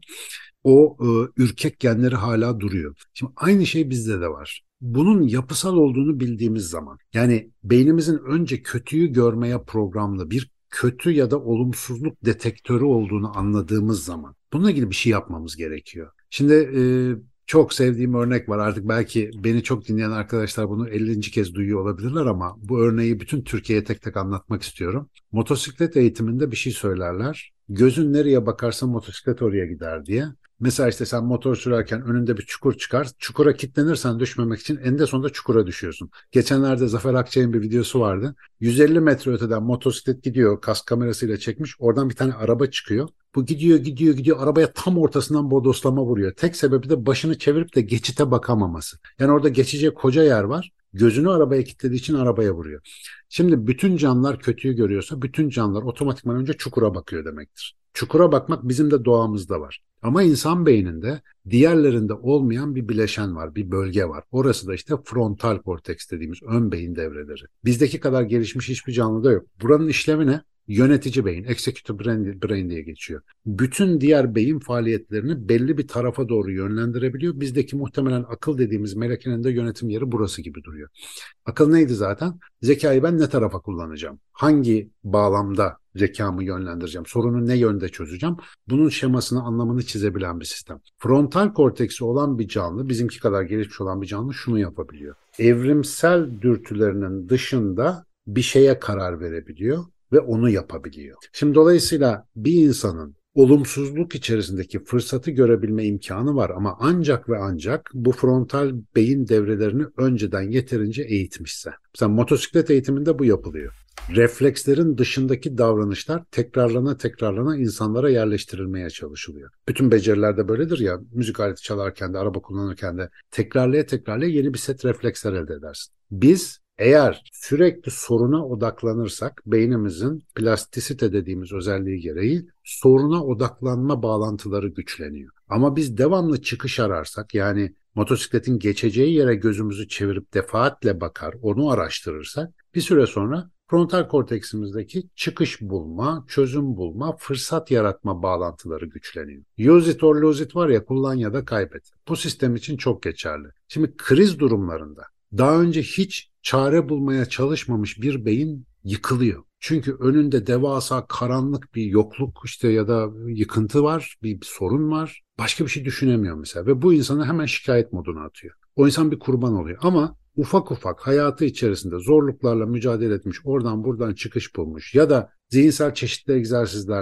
o e, ürkek genleri hala duruyor. Şimdi aynı şey bizde de var. Bunun yapısal olduğunu bildiğimiz zaman, yani beynimizin önce kötüyü görmeye programlı bir kötü ya da olumsuzluk detektörü olduğunu anladığımız zaman bununla ilgili bir şey yapmamız gerekiyor. Şimdi e, çok sevdiğim örnek var. Artık belki beni çok dinleyen arkadaşlar bunu ellinci kez duyuyor olabilirler ama bu örneği bütün Türkiye'ye tek tek anlatmak istiyorum. Motosiklet eğitiminde bir şey söylerler. Gözün nereye bakarsa motosiklet oraya gider diye. Mesela işte sen motor sürerken önünde bir çukur çıkar. Çukura kilitlenirsen düşmemek için eninde sonunda çukura düşüyorsun. Geçenlerde Zafer Akçay'ın bir videosu vardı. yüz elli metre öteden motosiklet gidiyor. Kask kamerasıyla çekmiş. Oradan bir tane araba çıkıyor. Bu gidiyor gidiyor gidiyor. Arabaya tam ortasından bodoslama vuruyor. Tek sebebi de başını çevirip de geçite bakamaması. Yani orada geçecek koca yer var. Gözünü arabaya kilitlediği için arabaya vuruyor. Şimdi bütün canlılar kötüyü görüyorsa bütün canlılar otomatikman önce çukura bakıyor demektir. Çukura bakmak bizim de doğamızda var. Ama insan beyninde diğerlerinde olmayan bir bileşen var, bir bölge var. Orası da işte frontal korteks dediğimiz ön beyin devreleri. Bizdeki kadar gelişmiş hiçbir canlıda yok. Buranın işlevi ne? Yönetici beyin, executive brain, brain diye geçiyor. Bütün diğer beyin faaliyetlerini belli bir tarafa doğru yönlendirebiliyor. Bizdeki muhtemelen akıl dediğimiz melekenin de yönetim yeri burası gibi duruyor. Akıl neydi zaten? Zekayı ben ne tarafa kullanacağım? Hangi bağlamda zekamı yönlendireceğim? Sorunu ne yönde çözeceğim? Bunun şemasını, anlamını çizebilen bir sistem. Frontal korteksi olan bir canlı, bizimki kadar gelişmiş olan bir canlı şunu yapabiliyor. Evrimsel dürtülerinin dışında bir şeye karar verebiliyor ve onu yapabiliyor. Şimdi dolayısıyla bir insanın olumsuzluk içerisindeki fırsatı görebilme imkanı var ama ancak ve ancak bu frontal beyin devrelerini önceden yeterince eğitmişse. Mesela motosiklet eğitiminde bu yapılıyor. Reflekslerin dışındaki davranışlar tekrarlana tekrarlana insanlara yerleştirilmeye çalışılıyor. Bütün becerilerde böyledir ya, müzik aleti çalarken de, araba kullanırken de tekrarlaya tekrarlaya yeni bir set refleksler elde edersin. Biz eğer sürekli soruna odaklanırsak beynimizin plastisite dediğimiz özelliği gereği soruna odaklanma bağlantıları güçleniyor. Ama biz devamlı çıkış ararsak, yani motosikletin geçeceği yere gözümüzü çevirip defaatle bakar, onu araştırırsak bir süre sonra frontal korteksimizdeki çıkış bulma, çözüm bulma, fırsat yaratma bağlantıları güçleniyor. Use it or lose it var ya, kullan ya da kaybet. Bu sistem için çok geçerli. Şimdi kriz durumlarında daha önce hiç çare bulmaya çalışmamış bir beyin yıkılıyor. Çünkü önünde devasa karanlık bir yokluk işte ya da yıkıntı var, bir, bir sorun var. Başka bir şey düşünemiyor mesela ve bu insanı hemen şikayet moduna atıyor. O insan bir kurban oluyor ama ufak ufak hayatı içerisinde zorluklarla mücadele etmiş, oradan buradan çıkış bulmuş ya da zihinsel çeşitli egzersizlerle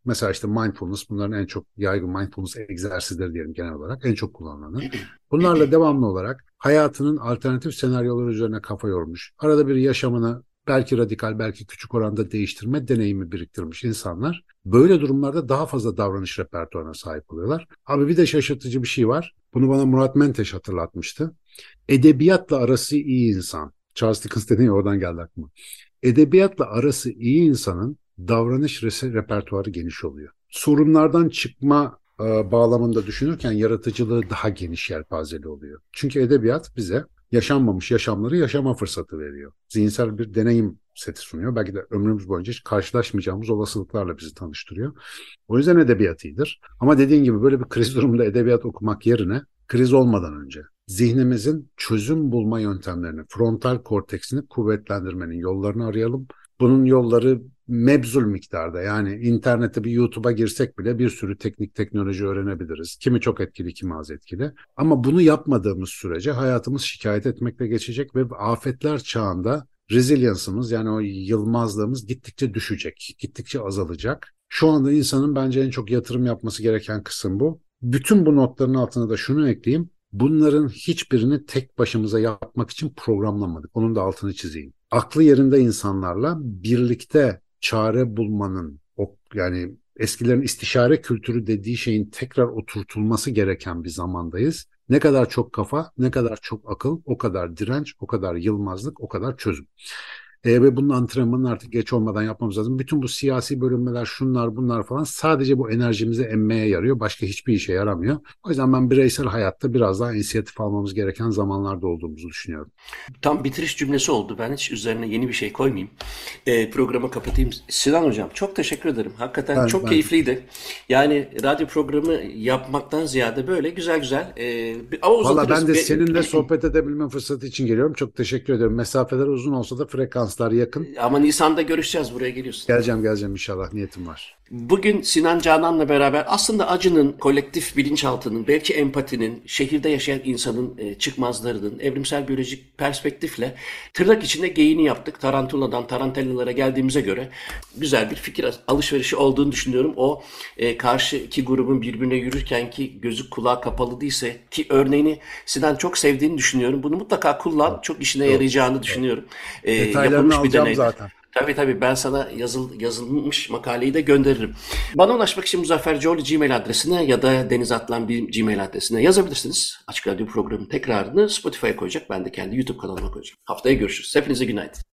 Mesela işte mindfulness, bunların en çok yaygın mindfulness egzersizleri diyelim genel olarak, en çok kullanılanı. Bunlarla devamlı olarak hayatının alternatif senaryoları üzerine kafa yormuş, arada bir yaşamını belki radikal, belki küçük oranda değiştirme deneyimi biriktirmiş insanlar böyle durumlarda daha fazla davranış repertuarına sahip oluyorlar. Abi bir de şaşırtıcı bir şey var. Bunu bana Murat Menteş hatırlatmıştı. Edebiyatla arası iyi insan. Charles Dickens dedin ya, oradan geldi aklıma. Edebiyatla arası iyi insanın davranış repertuarı geniş oluyor. Sorunlardan çıkma e, bağlamında düşünürken yaratıcılığı daha geniş yelpazeli oluyor. Çünkü edebiyat bize yaşanmamış yaşamları yaşama fırsatı veriyor. Zihinsel bir deneyim seti sunuyor. Belki de ömrümüz boyunca hiç karşılaşmayacağımız olasılıklarla bizi tanıştırıyor. O yüzden edebiyat iyidir. Ama dediğin gibi böyle bir kriz durumunda edebiyat okumak yerine kriz olmadan önce zihnimizin çözüm bulma yöntemlerini, frontal korteksini kuvvetlendirmenin yollarını arayalım. Bunun yolları mebzul miktarda, yani internette bir YouTube'a girsek bile bir sürü teknik teknoloji öğrenebiliriz. Kimi çok etkili, kimi az etkili. Ama bunu yapmadığımız sürece hayatımız şikayet etmekle geçecek ve afetler çağında resilience'ımız, yani o yılmazlığımız gittikçe düşecek, gittikçe azalacak. Şu anda insanın bence en çok yatırım yapması gereken kısım bu. Bütün bu notların altına da şunu ekleyeyim. Bunların hiçbirini tek başımıza yapmak için programlamadık. Onun da altını çizeyim. Aklı yerinde insanlarla birlikte çare bulmanın, o yani eskilerin istişare kültürü dediği şeyin tekrar oturtulması gereken bir zamandayız. Ne kadar çok kafa, ne kadar çok akıl, o kadar direnç, o kadar yılmazlık, o kadar çözüm. E, ve bunun antrenmanını artık geç olmadan yapmamız lazım. Bütün bu siyasi bölünmeler, şunlar bunlar falan sadece bu enerjimizi emmeye yarıyor. Başka hiçbir işe yaramıyor. O yüzden ben bireysel hayatta biraz daha inisiyatif almamız gereken zamanlarda olduğumuzu düşünüyorum. Tam bitiriş cümlesi oldu. Ben hiç üzerine yeni bir şey koymayayım. E, programı kapatayım. Sinan Hocam çok teşekkür ederim. Hakikaten Ben, çok ben... keyifliydi. Yani radyo programı yapmaktan ziyade böyle güzel güzel. E, ama uzatırız. Valla ben de seninle sohbet edebilme fırsatı için geliyorum. Çok teşekkür ediyorum. Mesafeler uzun olsa da frekanslar yakın. Ama Nisan'da görüşeceğiz. Buraya geliyorsun. Geleceğim geleceğim inşallah. Niyetim var. Bugün Sinan Canan'la beraber aslında acının, kolektif bilinçaltının, belki empatinin, şehirde yaşayan insanın e, çıkmazlarının evrimsel biyolojik perspektifle tırnak içinde geyini yaptık. Tarantula'dan tarantellalara geldiğimize göre güzel bir fikir alışverişi olduğunu düşünüyorum. O e, karşı iki grubun birbirine yürürken ki gözü kulağı kapalı değilse, ki örneğini Sinan çok sevdiğini düşünüyorum. Bunu mutlaka kullan. Çok işine Doğru. yarayacağını Doğru. düşünüyorum. E, Detaylarını alacağım zaten. Tabii tabii ben sana yazıl, yazılmış makaleyi de gönderirim. Bana ulaşmak için Muzaffer Coğlu Gmail adresine ya da Deniz Atlan bir Gmail adresine yazabilirsiniz. Açık Radyo programının tekrarını Spotify'a koyacak. Ben de kendi YouTube kanalıma koyacağım. Haftaya görüşürüz. Hepinize günaydın.